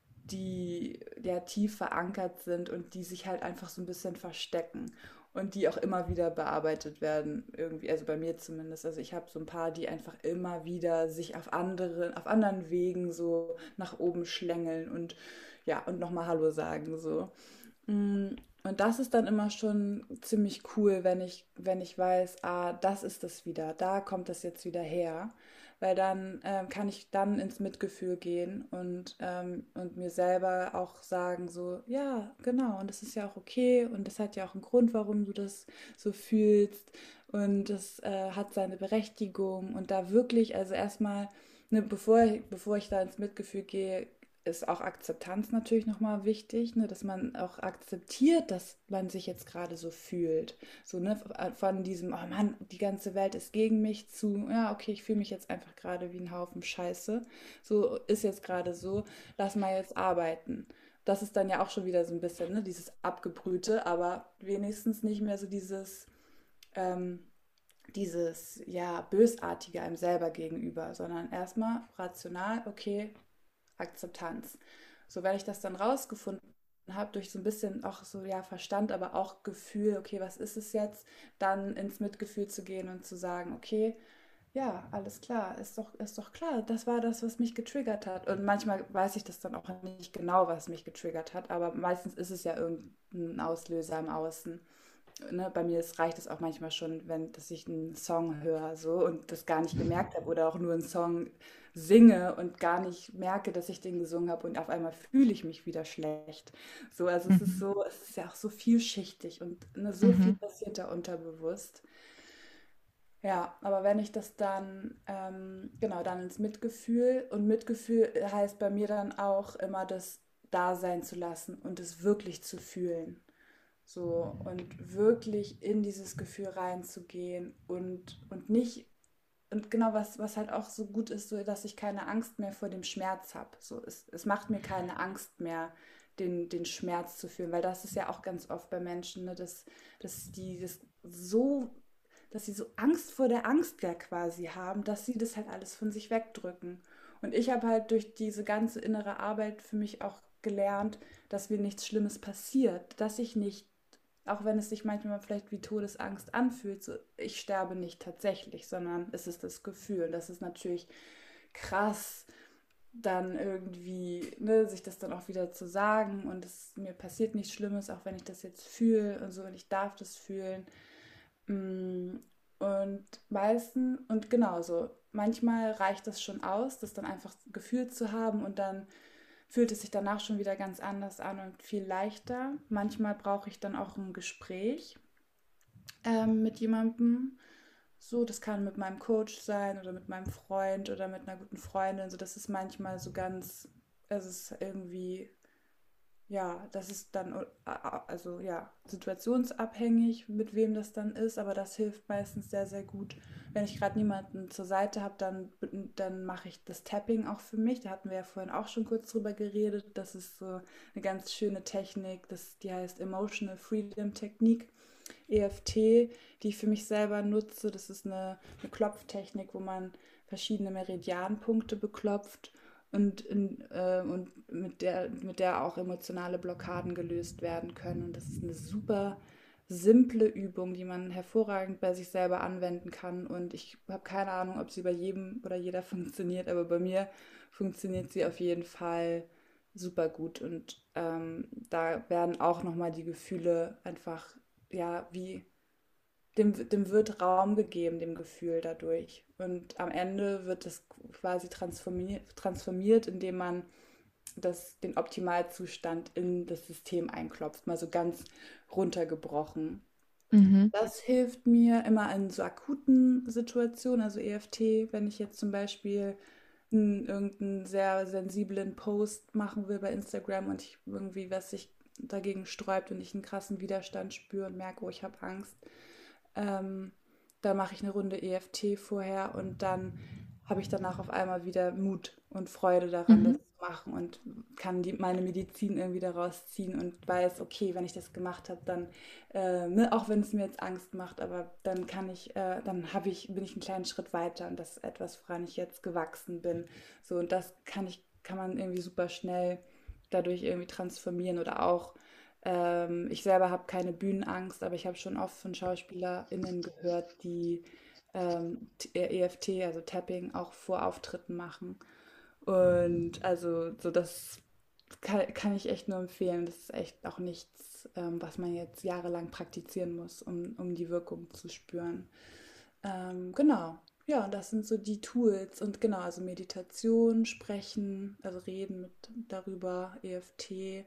die ja tief verankert sind und die sich halt einfach so ein bisschen verstecken und die auch immer wieder bearbeitet werden, irgendwie, also bei mir zumindest. Also ich habe so ein paar, die einfach immer wieder sich auf anderen, auf anderen Wegen so nach oben schlängeln und ja, und nochmal Hallo sagen, so. Mm, Und das ist dann immer schon ziemlich cool, wenn ich, wenn ich weiß, ah, das ist es wieder, da kommt das jetzt wieder her. Weil dann ähm, kann ich dann ins Mitgefühl gehen und, ähm, und mir selber auch sagen, so, ja, genau, und das ist ja auch okay und das hat ja auch einen Grund, warum du das so fühlst und das äh, hat seine Berechtigung und da wirklich, also erstmal, ne, bevor, ich- bevor ich da ins Mitgefühl gehe, ist auch Akzeptanz natürlich nochmal wichtig, ne, dass man auch akzeptiert, dass man sich jetzt gerade so fühlt. So, ne, von diesem, oh Mann, die ganze Welt ist gegen mich zu, ja, okay, ich fühle mich jetzt einfach gerade wie ein Haufen Scheiße. So ist jetzt gerade so, lass mal jetzt arbeiten. Das ist dann ja auch schon wieder so ein bisschen, ne, dieses Abgebrühte, aber wenigstens nicht mehr so dieses, ähm, dieses, ja, Bösartige einem selber gegenüber, sondern erstmal rational, okay, Akzeptanz. So, wenn ich das dann rausgefunden habe, durch so ein bisschen auch so, ja, Verstand, aber auch Gefühl, okay, was ist es jetzt, dann ins Mitgefühl zu gehen und zu sagen, okay, ja, alles klar, ist doch, ist doch klar, das war das, was mich getriggert hat. Und manchmal weiß ich das dann auch nicht genau, was mich getriggert hat, aber meistens ist es ja irgendein Auslöser im Außen. Ne, bei mir ist, reicht es auch manchmal schon, wenn dass ich einen Song höre so und das gar nicht gemerkt habe oder auch nur einen Song singe und gar nicht merke, dass ich den gesungen habe und auf einmal fühle ich mich wieder schlecht. So, also es ist Mhm. so, es ist ja auch so vielschichtig und ne, so viel Mhm. passiert da unterbewusst. Ja, aber wenn ich das dann, ähm, genau, dann ins Mitgefühl und Mitgefühl heißt bei mir dann auch immer das da sein zu lassen und es wirklich zu fühlen. So, und wirklich in dieses Gefühl reinzugehen und, und nicht, und genau was, was halt auch so gut ist, so dass ich keine Angst mehr vor dem Schmerz habe. So, es, es macht mir keine Angst mehr, den, den Schmerz zu fühlen, weil das ist ja auch ganz oft bei Menschen, ne, dass, dass die das so, dass sie so Angst vor der Angst ja quasi haben, dass sie das halt alles von sich wegdrücken. Und ich habe halt durch diese ganze innere Arbeit für mich auch gelernt, dass mir nichts Schlimmes passiert, dass ich nicht, auch wenn es sich manchmal vielleicht wie Todesangst anfühlt, so, ich sterbe nicht tatsächlich, sondern es ist das Gefühl. Und das ist natürlich krass, dann irgendwie, ne, sich das dann auch wieder zu sagen und es mir passiert nichts Schlimmes, auch wenn ich das jetzt fühle und so und ich darf das fühlen. Mm, Und meistens, und genauso, manchmal reicht das schon aus, das dann einfach gefühlt zu haben und dann fühlt es sich danach schon wieder ganz anders an und viel leichter. Manchmal brauche ich dann auch ein Gespräch ähm, mit jemandem. So, das kann mit meinem Coach sein oder mit meinem Freund oder mit einer guten Freundin. So, das ist manchmal so ganz, es ist irgendwie, ja, das ist dann, äh, also ja, situationsabhängig, mit wem das dann ist, aber das hilft meistens sehr, sehr gut. Wenn ich gerade niemanden zur Seite habe, dann, dann mache ich das Tapping auch für mich. Da hatten wir ja vorhin auch schon kurz drüber geredet. Das ist so eine ganz schöne Technik, das, die heißt Emotional Freedom Technik, E F T, die ich für mich selber nutze. Das ist eine, eine Klopftechnik, wo man verschiedene Meridianpunkte beklopft und, in, äh, und mit der, mit der auch emotionale Blockaden gelöst werden können. Und das ist eine super simple Übung, die man hervorragend bei sich selber anwenden kann. Und ich habe keine Ahnung, ob sie bei jedem oder jeder funktioniert, aber bei mir funktioniert sie auf jeden Fall super gut. Und ähm, da werden auch nochmal die Gefühle einfach, ja, wie dem, dem wird Raum gegeben, dem Gefühl dadurch. Und am Ende wird das quasi transformiert, transformiert, indem man das, den Optimalzustand in das System einklopft, mal so ganz runtergebrochen. Mhm. Das hilft mir immer in so akuten Situationen, also E F T, wenn ich jetzt zum Beispiel n- irgendeinen sehr sensiblen Post machen will bei Instagram und ich irgendwie was sich dagegen sträubt und ich einen krassen Widerstand spüre und merke, oh, ich habe Angst, ähm, da mache ich eine Runde E F T vorher und dann habe ich danach auf einmal wieder Mut und Freude daran, das Mhm. zu machen und kann die, meine Medizin irgendwie daraus ziehen und weiß, okay, wenn ich das gemacht habe, dann, äh, ne, auch wenn es mir jetzt Angst macht, aber dann kann ich, äh, dann habe ich, bin ich einen kleinen Schritt weiter und das ist etwas, woran ich jetzt gewachsen bin. So, und das kann ich, kann man irgendwie super schnell dadurch irgendwie transformieren oder auch ähm, ich selber habe keine Bühnenangst, aber ich habe schon oft von SchauspielerInnen gehört, die ähm, T- äh, E F T, also Tapping, auch vor Auftritten machen. Und also so das kann, kann ich echt nur empfehlen. Das ist echt auch nichts, ähm, was man jetzt jahrelang praktizieren muss, um, um die Wirkung zu spüren. Ähm, genau. Ja, und das sind so die Tools. Und genau, also Meditation, Sprechen, also Reden mit darüber, E F T.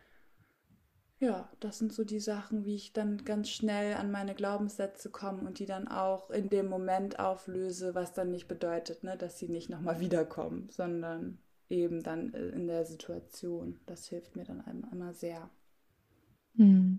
Ja, das sind so die Sachen, wie ich dann ganz schnell an meine Glaubenssätze komme und die dann auch in dem Moment auflöse, was dann nicht bedeutet, ne, dass sie nicht nochmal wiederkommen, sondern eben dann äh, in der Situation. Das hilft mir dann einem immer sehr. Hm.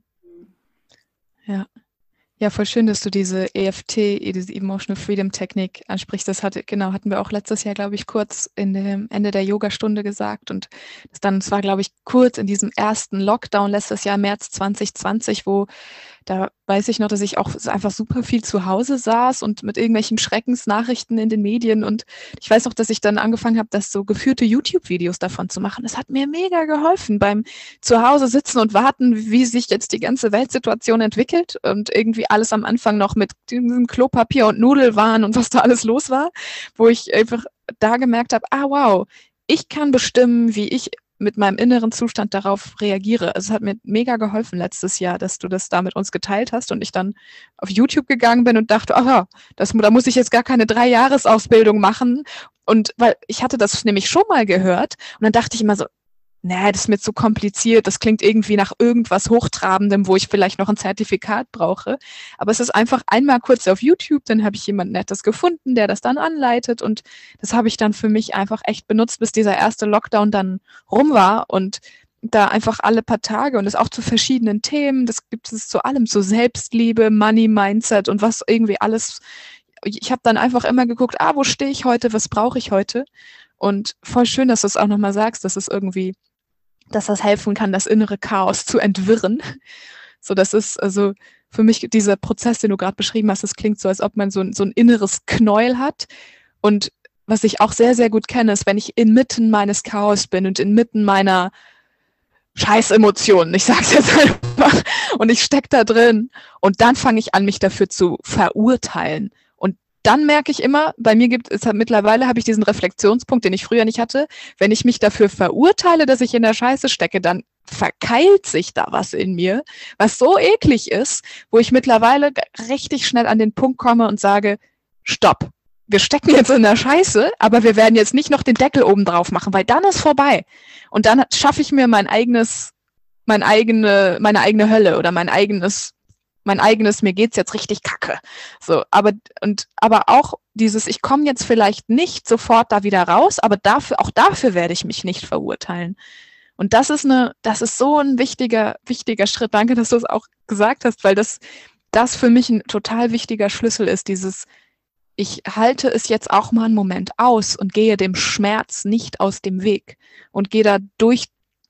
Ja. Ja, voll schön, dass du diese E F T, diese Emotional Freedom Technik ansprichst. Das hatte, genau, hatten wir auch letztes Jahr, glaube ich, kurz in dem Ende der Yogastunde gesagt. Und das dann, es war, glaube ich, kurz in diesem ersten Lockdown letztes Jahr, März zwanzig zwanzig, wo da weiß ich noch, dass ich auch einfach super viel zu Hause saß und mit irgendwelchen Schreckensnachrichten in den Medien. Und ich weiß noch, dass ich dann angefangen habe, das so geführte YouTube-Videos davon zu machen. Das hat mir mega geholfen beim Zuhause sitzen und warten, wie sich jetzt die ganze Weltsituation entwickelt und irgendwie alles am Anfang noch mit diesem Klopapier und Nudelwaren und was da alles los war, wo ich einfach da gemerkt habe, ah wow, ich kann bestimmen, wie ich mit meinem inneren Zustand darauf reagiere. Also es hat mir mega geholfen letztes Jahr, dass du das da mit uns geteilt hast und ich dann auf YouTube gegangen bin und dachte, aha, das, da muss ich jetzt gar keine Drei-Jahres-Ausbildung machen. Und weil ich hatte das nämlich schon mal gehört und dann dachte ich immer so, nee, das ist mir zu kompliziert, das klingt irgendwie nach irgendwas Hochtrabendem, wo ich vielleicht noch ein Zertifikat brauche. Aber es ist einfach einmal kurz auf YouTube, dann habe ich jemand Nettes gefunden, der das dann anleitet und das habe ich dann für mich einfach echt benutzt, bis dieser erste Lockdown dann rum war und da einfach alle paar Tage und das auch zu verschiedenen Themen, das gibt es zu allem, zu Selbstliebe, Money Mindset und was irgendwie alles. Ich habe dann einfach immer geguckt, ah, wo stehe ich heute, was brauche ich heute? Und voll schön, dass du es auch nochmal sagst, dass es irgendwie dass das helfen kann, das innere Chaos zu entwirren. So, das ist also für mich dieser Prozess, den du gerade beschrieben hast, das klingt so, als ob man so ein, so ein inneres Knäuel hat. Und was ich auch sehr, sehr gut kenne, ist, wenn ich inmitten meines Chaos bin und inmitten meiner Scheißemotionen, ich sag's jetzt einfach, und ich steck da drin und dann fange ich an, mich dafür zu verurteilen. Und dann merke ich immer, bei mir gibt es, mittlerweile habe ich diesen Reflexionspunkt, den ich früher nicht hatte, wenn ich mich dafür verurteile, dass ich in der Scheiße stecke, dann verkeilt sich da was in mir, was so eklig ist, wo ich mittlerweile richtig schnell an den Punkt komme und sage, stopp, wir stecken jetzt in der Scheiße, aber wir werden jetzt nicht noch den Deckel oben drauf machen, weil dann ist vorbei. Und dann schaffe ich mir mein eigenes, mein eigene, meine eigene Hölle oder mein eigenes mein eigenes, mir geht's jetzt richtig kacke. So, aber, und, aber auch dieses, ich komme jetzt vielleicht nicht sofort da wieder raus, aber dafür, auch dafür werde ich mich nicht verurteilen. Und das ist eine, das ist so ein wichtiger, wichtiger Schritt. Danke, dass du es auch gesagt hast, weil das, das für mich ein total wichtiger Schlüssel ist, dieses, ich halte es jetzt auch mal einen Moment aus und gehe dem Schmerz nicht aus dem Weg und gehe da durch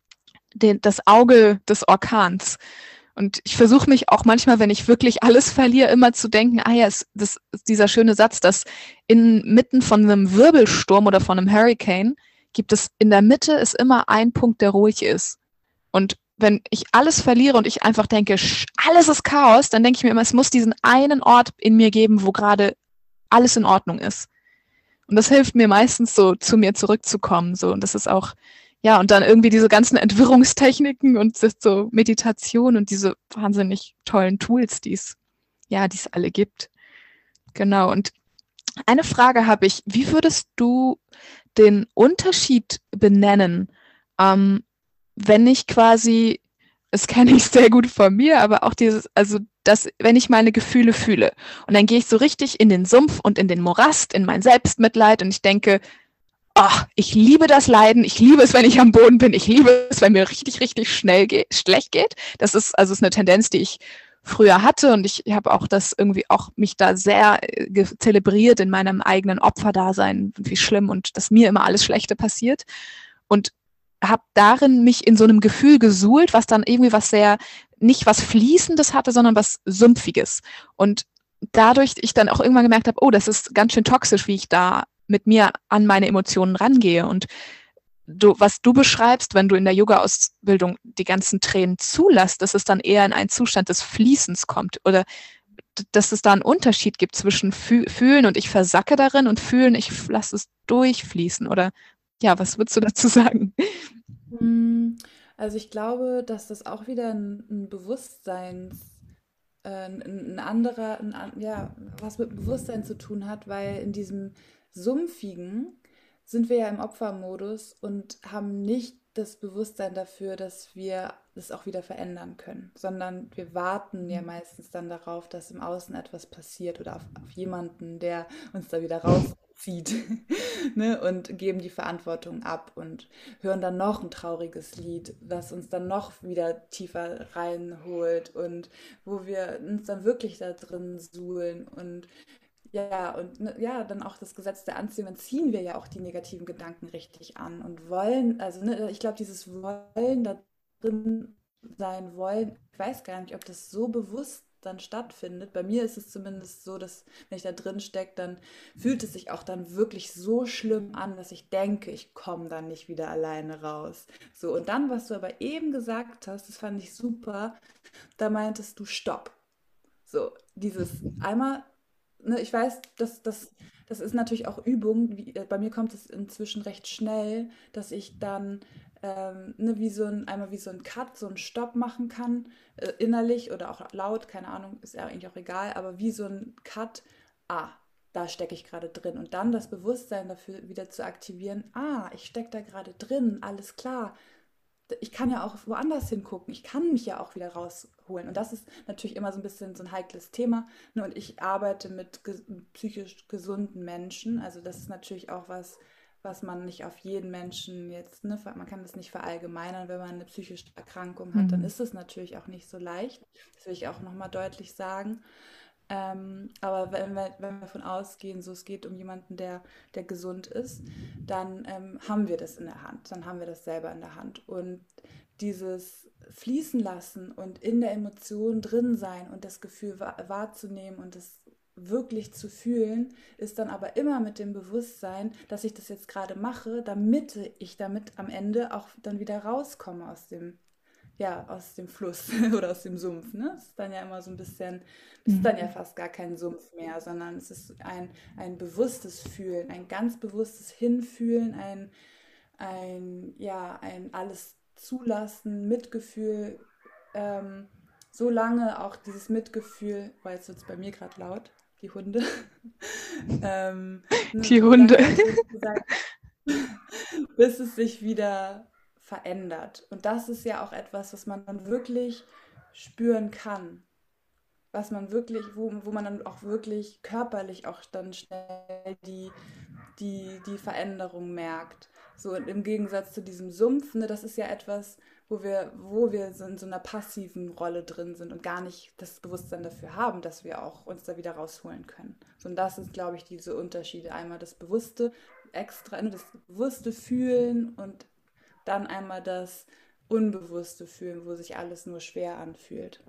den, das Auge des Orkans. Und ich versuche mich auch manchmal, wenn ich wirklich alles verliere, immer zu denken, ah ja, es, das ist dieser schöne Satz, dass inmitten von einem Wirbelsturm oder von einem Hurricane gibt es in der Mitte ist immer ein Punkt, der ruhig ist. Und wenn ich alles verliere und ich einfach denke, alles ist Chaos, dann denke ich mir immer, es muss diesen einen Ort in mir geben, wo gerade alles in Ordnung ist. Und das hilft mir meistens so, zu mir zurückzukommen. So. Und das ist auch, ja, und dann irgendwie diese ganzen Entwirrungstechniken und so Meditation und diese wahnsinnig tollen Tools, die es, ja, die es alle gibt. Genau. Und eine Frage habe ich, wie würdest du den Unterschied benennen, ähm, wenn ich quasi, das kenne ich sehr gut von mir, aber auch dieses, also dass, wenn ich meine Gefühle fühle und dann gehe ich so richtig in den Sumpf und in den Morast, in mein Selbstmitleid und ich denke, oh, ich liebe das Leiden, ich liebe es, wenn ich am Boden bin, ich liebe es, wenn mir richtig, richtig schnell geht, schlecht geht. Das ist also ist eine Tendenz, die ich früher hatte und ich habe auch das irgendwie auch mich da sehr äh, zelebriert in meinem eigenen Opferdasein, wie schlimm und dass mir immer alles Schlechte passiert und habe darin mich in so einem Gefühl gesuhlt, was dann irgendwie was sehr, nicht was Fließendes hatte, sondern was Sumpfiges. Und dadurch ich dann auch irgendwann gemerkt habe, oh, das ist ganz schön toxisch, wie ich da mit mir an meine Emotionen rangehe. Und du, was du beschreibst, wenn du in der Yoga-Ausbildung die ganzen Tränen zulässt, dass es dann eher in einen Zustand des Fließens kommt oder dass es da einen Unterschied gibt zwischen fü- fühlen und ich versacke darin und fühlen, ich lasse es durchfließen oder ja, was würdest du dazu sagen? Hm, Also ich glaube, dass das auch wieder ein, ein Bewusstseins, äh, ein, ein anderer, ein, an- ja, was mit Bewusstsein zu tun hat, weil in diesem Sumpfigen sind wir ja im Opfermodus und haben nicht das Bewusstsein dafür, dass wir das auch wieder verändern können, sondern wir warten ja meistens dann darauf, dass im Außen etwas passiert oder auf, auf jemanden, der uns da wieder rauszieht, ne? Und geben die Verantwortung ab und hören dann noch ein trauriges Lied, das uns dann noch wieder tiefer reinholt und wo wir uns dann wirklich da drin suhlen und ja, und ne, ja, dann auch das Gesetz der Anziehung, dann ziehen wir ja auch die negativen Gedanken richtig an und wollen, also ne, ich glaube, dieses Wollen da drin sein wollen, ich weiß gar nicht, ob das so bewusst dann stattfindet. Bei mir ist es zumindest so, dass wenn ich da drin stecke, dann fühlt es sich auch dann wirklich so schlimm an, dass ich denke, ich komme dann nicht wieder alleine raus. So, und dann, was du aber eben gesagt hast, das fand ich super, da meintest du Stopp. So, dieses einmal, ne, ich weiß, dass das, das ist natürlich auch Übung. Wie, äh, bei mir kommt es inzwischen recht schnell, dass ich dann ähm, ne, wie so ein, einmal wie so ein Cut, so ein Stopp machen kann, äh, innerlich oder auch laut, keine Ahnung, ist ja eigentlich auch egal, aber wie so ein Cut, ah, da stecke ich gerade drin. Und dann das Bewusstsein dafür wieder zu aktivieren, ah, ich stecke da gerade drin, alles klar, ich kann ja auch woanders hingucken. Ich kann mich ja auch wieder rausholen. Und das ist natürlich immer so ein bisschen so ein heikles Thema. Ne? Und ich arbeite mit ges psychisch gesunden Menschen. Also das ist natürlich auch was, was man nicht auf jeden Menschen jetzt, ne, man kann das nicht verallgemeinern, wenn man eine psychische Erkrankung hat, dann Mhm. ist es natürlich auch nicht so leicht. Das will ich auch nochmal deutlich sagen. Ähm, aber wenn wir, wenn wir davon ausgehen, so es geht um jemanden, der, der gesund ist, dann ähm, haben wir das in der Hand, dann haben wir das selber in der Hand. Und dieses Fließen lassen und in der Emotion drin sein und das Gefühl wa wahrzunehmen und das wirklich zu fühlen, ist dann aber immer mit dem Bewusstsein, dass ich das jetzt gerade mache, damit ich damit am Ende auch dann wieder rauskomme aus dem ja, aus dem Fluss oder aus dem Sumpf. Ne? Es ist dann ja immer so ein bisschen, es ist dann ja Mhm. fast gar kein Sumpf mehr, sondern es ist ein, ein bewusstes Fühlen, ein ganz bewusstes Hinfühlen, ein, ein, ja, ein alles zulassen, Mitgefühl, ähm, so lange auch dieses Mitgefühl, weil jetzt wird es bei mir gerade laut, die Hunde, ähm, ne, Die so Hunde. lange sozusagen, bis es sich wieder verändert. Und das ist ja auch etwas, was man dann wirklich spüren kann, was man wirklich, wo, wo man dann auch wirklich körperlich auch dann schnell die, die, die Veränderung merkt. So und im Gegensatz zu diesem Sumpf, ne, das ist ja etwas, wo wir, wo wir so in so einer passiven Rolle drin sind und gar nicht das Bewusstsein dafür haben, dass wir auch uns da wieder rausholen können. So, und das sind, glaube ich, diese Unterschiede. Einmal das bewusste, extra, ne, das bewusste Fühlen und dann einmal das unbewusste Fühlen, wo sich alles nur schwer anfühlt.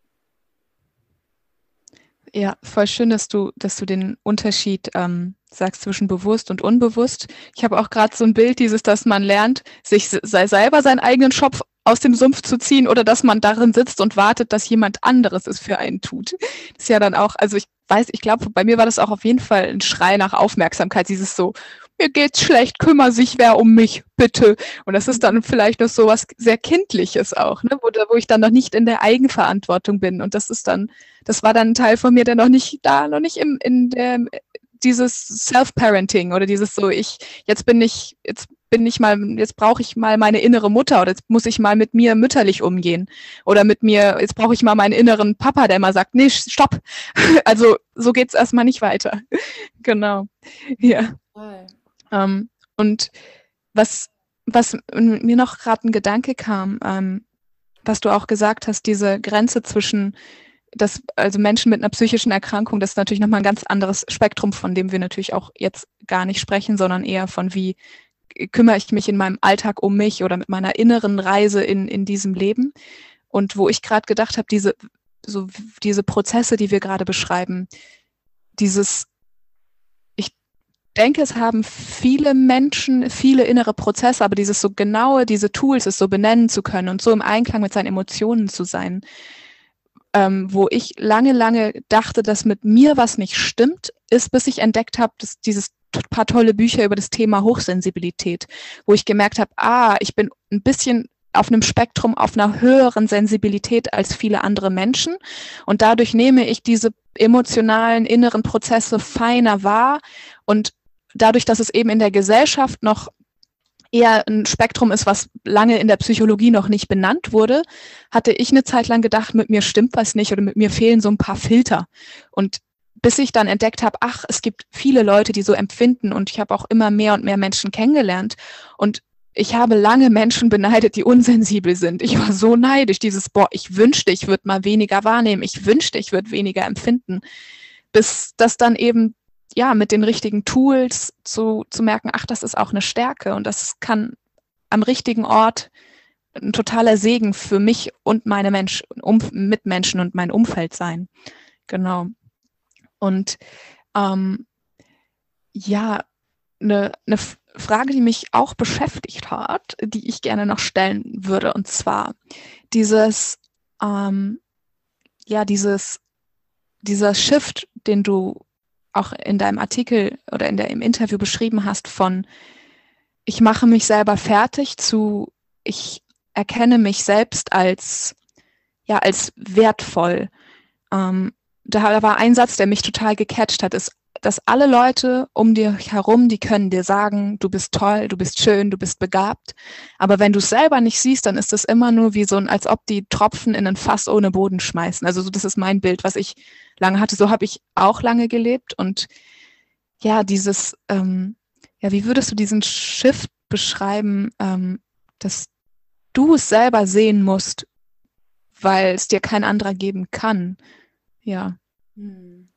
Ja, voll schön, dass du, dass du den Unterschied ähm, sagst zwischen bewusst und unbewusst. Ich habe auch gerade so ein Bild, dieses, dass man lernt, sich se- sei selber seinen eigenen Schopf aus dem Sumpf zu ziehen oder dass man darin sitzt und wartet, dass jemand anderes es für einen tut. Das ist ja dann auch, also ich weiß, ich glaube, bei mir war das auch auf jeden Fall ein Schrei nach Aufmerksamkeit, dieses so, mir geht's schlecht, kümmere sich wer um mich, bitte. Und das ist dann vielleicht noch so was sehr Kindliches auch, ne, wo, da- wo ich dann noch nicht in der Eigenverantwortung bin. Und das ist dann das war dann ein Teil von mir, der noch nicht da, noch nicht im, in der, dieses Self-Parenting oder dieses so, ich, jetzt bin ich, jetzt bin ich mal, jetzt brauche ich mal meine innere Mutter oder jetzt muss ich mal mit mir mütterlich umgehen oder mit mir, jetzt brauche ich mal meinen inneren Papa, der immer sagt, nee, stopp. Also so geht's erstmal nicht weiter. Genau. Ja. Total. Ähm, Und was, was mir noch gerade ein Gedanke kam, ähm, was du auch gesagt hast, diese Grenze zwischen, dass also Menschen mit einer psychischen Erkrankung, das ist natürlich nochmal ein ganz anderes Spektrum, von dem wir natürlich auch jetzt gar nicht sprechen, sondern eher von wie kümmere ich mich in meinem Alltag um mich oder mit meiner inneren Reise in, in diesem Leben. Und wo ich gerade gedacht habe, diese, so diese Prozesse, die wir gerade beschreiben, dieses, ich denke, es haben viele Menschen viele innere Prozesse, aber dieses so genaue, diese Tools, es so benennen zu können und so im Einklang mit seinen Emotionen zu sein, ähm, wo ich lange, lange dachte, dass mit mir was nicht stimmt, ist, bis ich entdeckt habe, dass dieses paar tolle Bücher über das Thema Hochsensibilität, wo ich gemerkt habe, ah, ich bin ein bisschen auf einem Spektrum, auf einer höheren Sensibilität als viele andere Menschen und dadurch nehme ich diese emotionalen inneren Prozesse feiner wahr und dadurch, dass es eben in der Gesellschaft noch eher ein Spektrum ist, was lange in der Psychologie noch nicht benannt wurde, hatte ich eine Zeit lang gedacht, mit mir stimmt was nicht oder mit mir fehlen so ein paar Filter. Und bis ich dann entdeckt habe, ach, es gibt viele Leute, die so empfinden und ich habe auch immer mehr und mehr Menschen kennengelernt und ich habe lange Menschen beneidet, die unsensibel sind. Ich war so neidisch, dieses, boah, ich wünschte, ich würde mal weniger wahrnehmen, ich wünschte, ich würde weniger empfinden, bis das dann eben ja, mit den richtigen Tools zu, zu merken, ach, das ist auch eine Stärke und das kann am richtigen Ort ein totaler Segen für mich und meine Mensch, um, Mitmenschen und mein Umfeld sein. Genau. Und ähm, ja, eine, eine Frage, die mich auch beschäftigt hat, die ich gerne noch stellen würde, und zwar dieses, ähm, ja, dieses, dieser Shift, den du auch in deinem Artikel oder in der, im Interview beschrieben hast von ich mache mich selber fertig zu ich erkenne mich selbst als ja als wertvoll. Ähm, da war ein Satz, der mich total gecatcht hat, ist, dass alle Leute um dir herum, die können dir sagen, du bist toll, du bist schön, du bist begabt. Aber wenn du es selber nicht siehst, dann ist es immer nur wie so ein, als ob die Tropfen in ein Fass ohne Boden schmeißen. Also so, das ist mein Bild, was ich lange hatte. So habe ich auch lange gelebt. Und ja, dieses, ähm, ja, wie würdest du diesen Shift beschreiben, ähm, dass du es selber sehen musst, weil es dir kein anderer geben kann? Ja. Hm.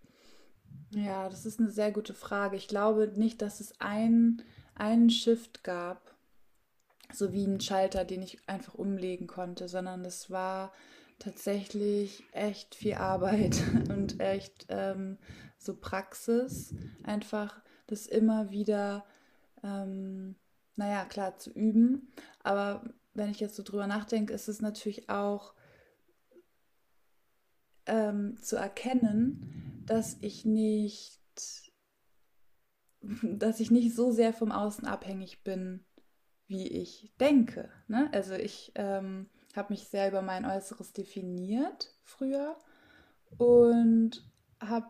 Ja, das ist eine sehr gute Frage. Ich glaube nicht, dass es ein, einen Shift gab, so wie einen Schalter, den ich einfach umlegen konnte, sondern das war tatsächlich echt viel Arbeit und echt ähm, so Praxis, einfach das immer wieder, ähm, naja, klar zu üben. Aber wenn ich jetzt so drüber nachdenke, ist es natürlich auch ähm, zu erkennen, dass ich nicht, dass ich nicht so sehr vom Außen abhängig bin, wie ich denke. Ne? Also ich ähm, habe mich sehr über mein Äußeres definiert früher und habe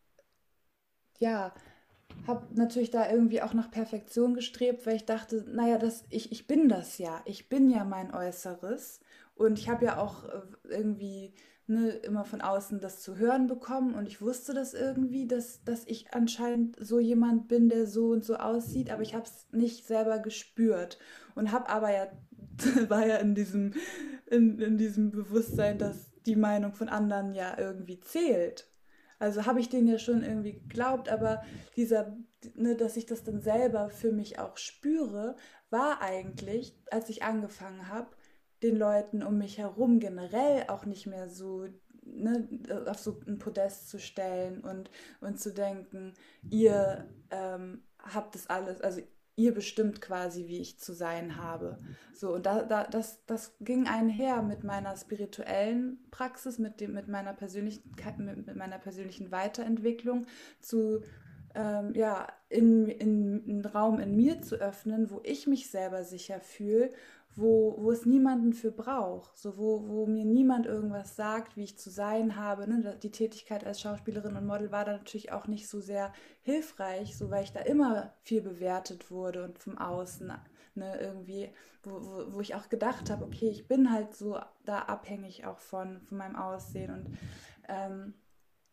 ja habe natürlich da irgendwie auch nach Perfektion gestrebt, weil ich dachte, naja, das, ich, ich bin das ja. Ich bin ja mein Äußeres. Und ich habe ja auch äh, irgendwie ne, immer von außen das zu hören bekommen. Und ich wusste das irgendwie, dass, dass ich anscheinend so jemand bin, der so und so aussieht. Aber ich habe es nicht selber gespürt. Und habe aber ja, war ja in diesem, in, in diesem Bewusstsein, dass die Meinung von anderen ja irgendwie zählt. Also habe ich denen ja schon irgendwie geglaubt, aber dieser, ne, dass ich das dann selber für mich auch spüre, war eigentlich, als ich angefangen habe, den Leuten um mich herum generell auch nicht mehr so ne, auf so ein Podest zu stellen und, und zu denken, ihr ähm, habt das alles, also ihr bestimmt quasi, wie ich zu sein habe. So, und da, da, das, das ging einher mit meiner spirituellen Praxis, mit, dem, mit, meiner, persönlichen, mit, mit meiner persönlichen Weiterentwicklung zu, ähm, ja, in, in, einen Raum in mir zu öffnen, wo ich mich selber sicher fühle, wo, wo es niemanden für braucht, so wo, wo mir niemand irgendwas sagt, wie ich zu sein habe. Ne? Die Tätigkeit als Schauspielerin und Model war da natürlich auch nicht so sehr hilfreich, so weil ich da immer viel bewertet wurde und vom Außen ne, irgendwie, wo, wo, wo ich auch gedacht habe, okay, ich bin halt so da abhängig auch von, von meinem Aussehen und ähm,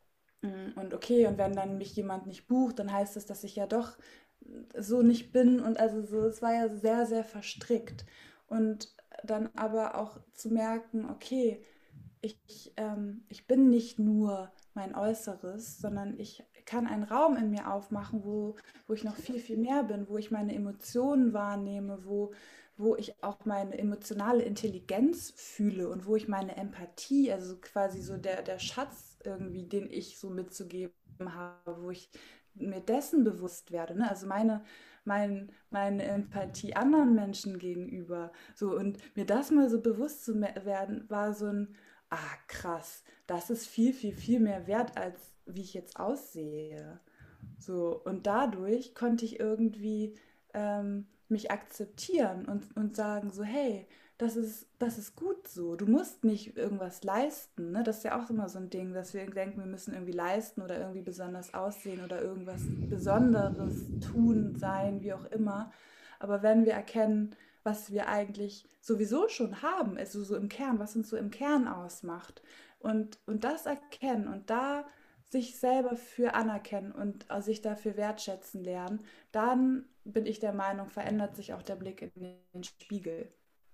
Und okay, und wenn dann mich jemand nicht bucht, dann heißt das, dass ich ja doch so nicht bin. Und also so, es war ja sehr, sehr verstrickt. Und dann aber auch zu merken, okay, ich, ähm, ich bin nicht nur mein Äußeres, sondern ich kann einen Raum in mir aufmachen, wo, wo ich noch viel, viel mehr bin, wo ich meine Emotionen wahrnehme, wo, wo ich auch meine emotionale Intelligenz fühle und wo ich meine Empathie, also quasi so der, der Schatz irgendwie, den ich so mitzugeben habe, wo ich mir dessen bewusst werde. Ne? Also meine, mein, meine Empathie anderen Menschen gegenüber. So, und mir das mal so bewusst zu werden, war so ein, ah, krass, das ist viel, viel, viel mehr wert, als wie ich jetzt aussehe. So, und dadurch konnte ich irgendwie ähm, mich akzeptieren und, und sagen so, hey, das ist, das ist gut so. Du musst nicht irgendwas leisten. Ne? Das ist ja auch immer so ein Ding, dass wir denken, wir müssen irgendwie leisten oder irgendwie besonders aussehen oder irgendwas Besonderes tun, sein, wie auch immer. Aber wenn wir erkennen, was wir eigentlich sowieso schon haben, also so im Kern, was uns so im Kern ausmacht, und, und das erkennen und da sich selber für anerkennen und äh, sich dafür wertschätzen lernen, dann bin ich der Meinung, verändert sich auch der Blick in den Spiegel.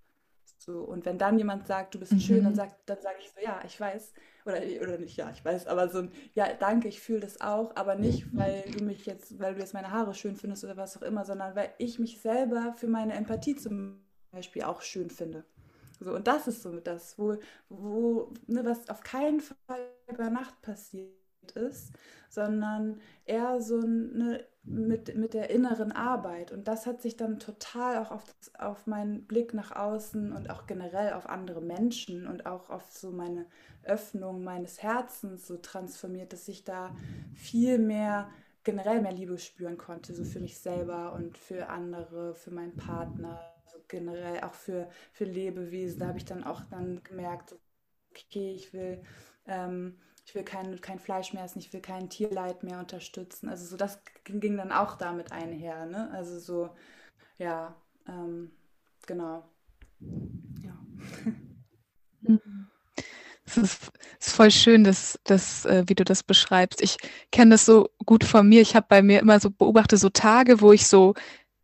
So, und wenn dann jemand sagt, du bist schön, dann Mhm. sagt, dann sage ich so, ja, ich weiß, oder, oder nicht, ja, ich weiß, aber so ein, ja, danke, ich fühle das auch, aber nicht, weil du mich jetzt, weil du jetzt meine Haare schön findest oder was auch immer, sondern weil ich mich selber für meine Empathie zum Beispiel auch schön finde. So, und das ist so das, wo, wo ne, was auf keinen Fall über Nacht passiert ist, sondern eher so eine, mit, mit der inneren Arbeit. Und das hat sich dann total auch auf, das, auf meinen Blick nach außen und auch generell auf andere Menschen und auch auf so meine Öffnung meines Herzens so transformiert, dass ich da viel mehr generell mehr Liebe spüren konnte, so für mich selber und für andere, für meinen Partner, so generell auch für, für Lebewesen. Da habe ich dann auch dann gemerkt, okay, ich will, ähm, ich will kein, kein Fleisch mehr essen, ich will kein Tierleid mehr unterstützen. Also so das ging dann auch damit einher, ne? Also so, ja, ähm, genau. Ja. Mhm. Es ist, ist voll schön, dass, dass, äh, wie du das beschreibst. Ich kenne das so gut von mir. Ich habe bei mir immer so beobachtet, so Tage, wo ich so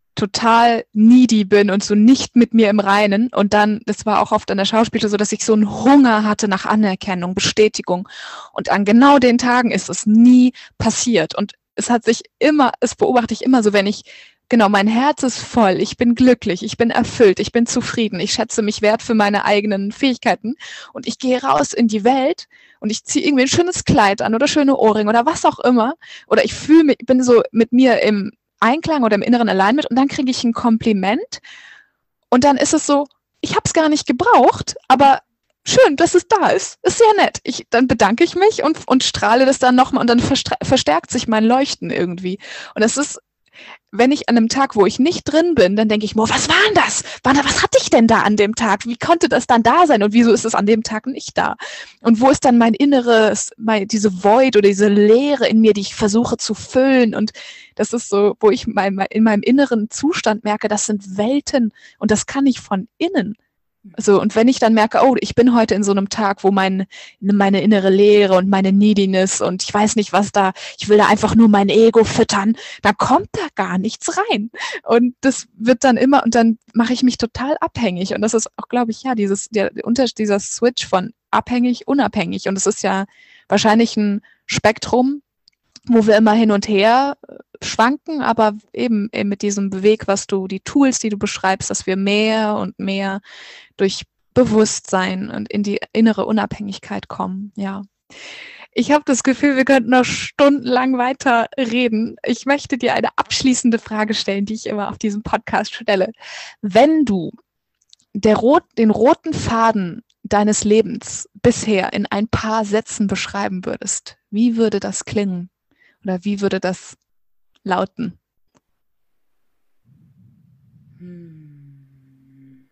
total needy bin und so nicht mit mir im Reinen. Und dann, das war auch oft an der Schauspielschule so, dass ich so einen Hunger hatte nach Anerkennung, Bestätigung. Und an genau den Tagen ist es nie passiert. Und es hat sich immer, es beobachte ich immer so, wenn ich, genau, mein Herz ist voll, ich bin glücklich, ich bin erfüllt, ich bin zufrieden, ich schätze mich wert für meine eigenen Fähigkeiten und ich gehe raus in die Welt und ich ziehe irgendwie ein schönes Kleid an oder schöne Ohrringe oder was auch immer. Oder ich fühle mich, bin so mit mir im Einklang oder im inneren Alignment und dann kriege ich ein Kompliment und dann ist es so, ich habe es gar nicht gebraucht, aber schön, dass es da ist. Ist sehr nett. Ich, dann bedanke ich mich und, und strahle das dann nochmal und dann verstärkt sich mein Leuchten irgendwie. Und es ist, wenn ich an einem Tag, wo ich nicht drin bin, dann denke ich mir, was war denn das? Was hatte ich denn da an dem Tag? Wie konnte das dann da sein? Und wieso ist es an dem Tag nicht da? Und wo ist dann mein inneres, mein, diese Void oder diese Leere in mir, die ich versuche zu füllen? Und das ist so, wo ich mein, in meinem inneren Zustand merke, das sind Welten und das kann ich von innen. So, und wenn ich dann merke, oh, ich bin heute in so einem Tag, wo mein, meine innere Leere und meine Neediness und ich weiß nicht, was da, ich will da einfach nur mein Ego füttern, dann kommt da gar nichts rein. Und das wird dann immer, und dann mache ich mich total abhängig. Und das ist auch, glaube ich, ja, dieses, der Unterschied, dieser Switch von abhängig, unabhängig. Und es ist ja wahrscheinlich ein Spektrum, wo wir immer hin und her schwanken, aber eben, eben mit diesem Weg, was du, die Tools, die du beschreibst, dass wir mehr und mehr durch Bewusstsein und in die innere Unabhängigkeit kommen. Ja. Ich habe das Gefühl, wir könnten noch stundenlang weiter reden. Ich möchte dir eine abschließende Frage stellen, die ich immer auf diesem Podcast stelle. Wenn du der rot, den roten Faden deines Lebens bisher in ein paar Sätzen beschreiben würdest, wie würde das klingen? Oder wie würde das lauten? Hm.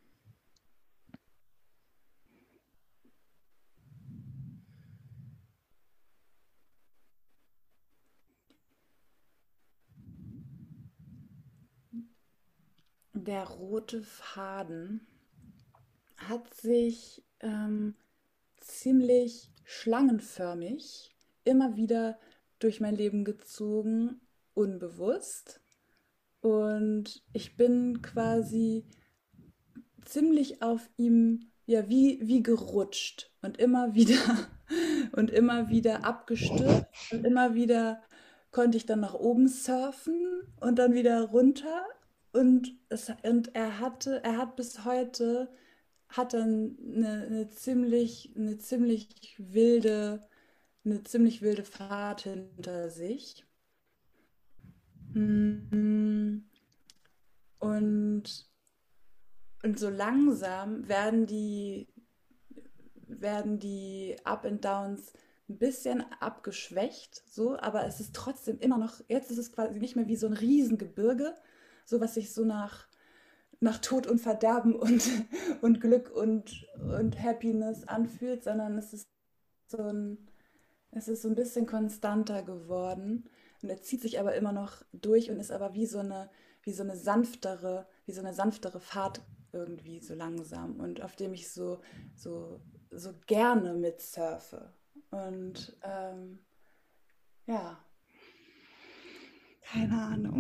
Der rote Faden hat sich ähm, ziemlich schlangenförmig immer wieder durch mein Leben gezogen, unbewusst. Und ich bin quasi ziemlich auf ihm, ja, wie, wie gerutscht und immer wieder und immer wieder abgestürzt und immer wieder konnte ich dann nach oben surfen und dann wieder runter und, es, und er hatte, er hat bis heute, hat dann eine, eine ziemlich, eine ziemlich wilde, eine ziemlich wilde Fahrt hinter sich. Mm, Und, und so langsam werden die, werden die Up and Downs ein bisschen abgeschwächt, so, aber es ist trotzdem immer noch, jetzt ist es quasi nicht mehr wie so ein Riesengebirge, so was sich so nach, nach Tod und Verderben und, und Glück und, und Happiness anfühlt, sondern es ist so ein, es ist so ein bisschen konstanter geworden und er zieht sich aber immer noch durch und ist aber wie so eine, wie so eine sanftere, wie so eine sanftere Fahrt irgendwie so langsam und auf dem ich so, so, so gerne mitsurfe. Und ähm, ja, keine Ahnung.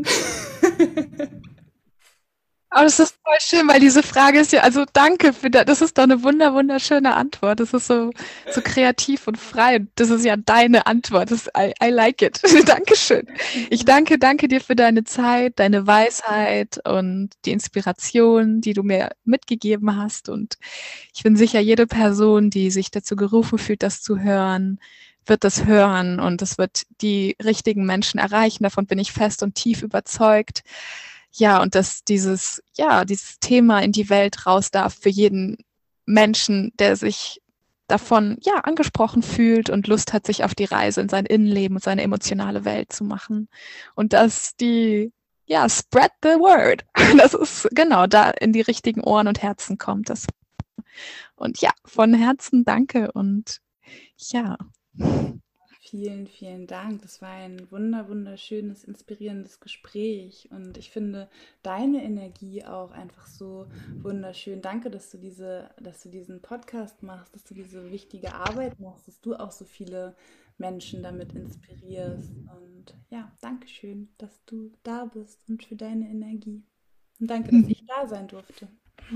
Aber das ist voll schön, weil diese Frage ist ja, also danke für das, das ist doch eine wunder, wunderschöne Antwort. Das ist so, so kreativ und frei. Das ist ja deine Antwort. Das, I, I like it. Dankeschön. Ich danke, danke dir für deine Zeit, deine Weisheit und die Inspiration, die du mir mitgegeben hast. Und ich bin sicher, jede Person, die sich dazu gerufen fühlt, das zu hören, wird das hören und es wird die richtigen Menschen erreichen. Davon bin ich fest und tief überzeugt. Ja, und dass dieses, ja, dieses Thema in die Welt raus darf für jeden Menschen, der sich davon, ja, angesprochen fühlt und Lust hat, sich auf die Reise in sein Innenleben und seine emotionale Welt zu machen. Und dass die, ja, spread the word. Das ist genau da in die richtigen Ohren und Herzen kommt. Das. Und ja, von Herzen danke und ja. Vielen, vielen Dank. Das war ein wunder, wunderschönes, inspirierendes Gespräch. Und ich finde deine Energie auch einfach so wunderschön. Danke, dass du diese, dass du diesen Podcast machst, dass du diese wichtige Arbeit machst, dass du auch so viele Menschen damit inspirierst. Und ja, danke schön, dass du da bist und für deine Energie. Und danke, dass ich da sein durfte.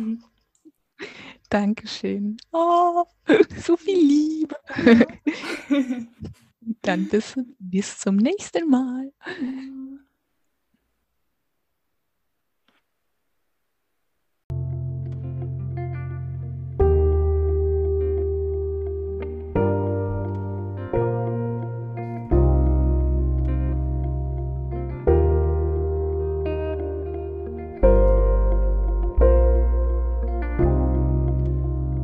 Dankeschön. Oh, so viel Liebe. Ja. Dann bis, bis zum nächsten Mal. Ja.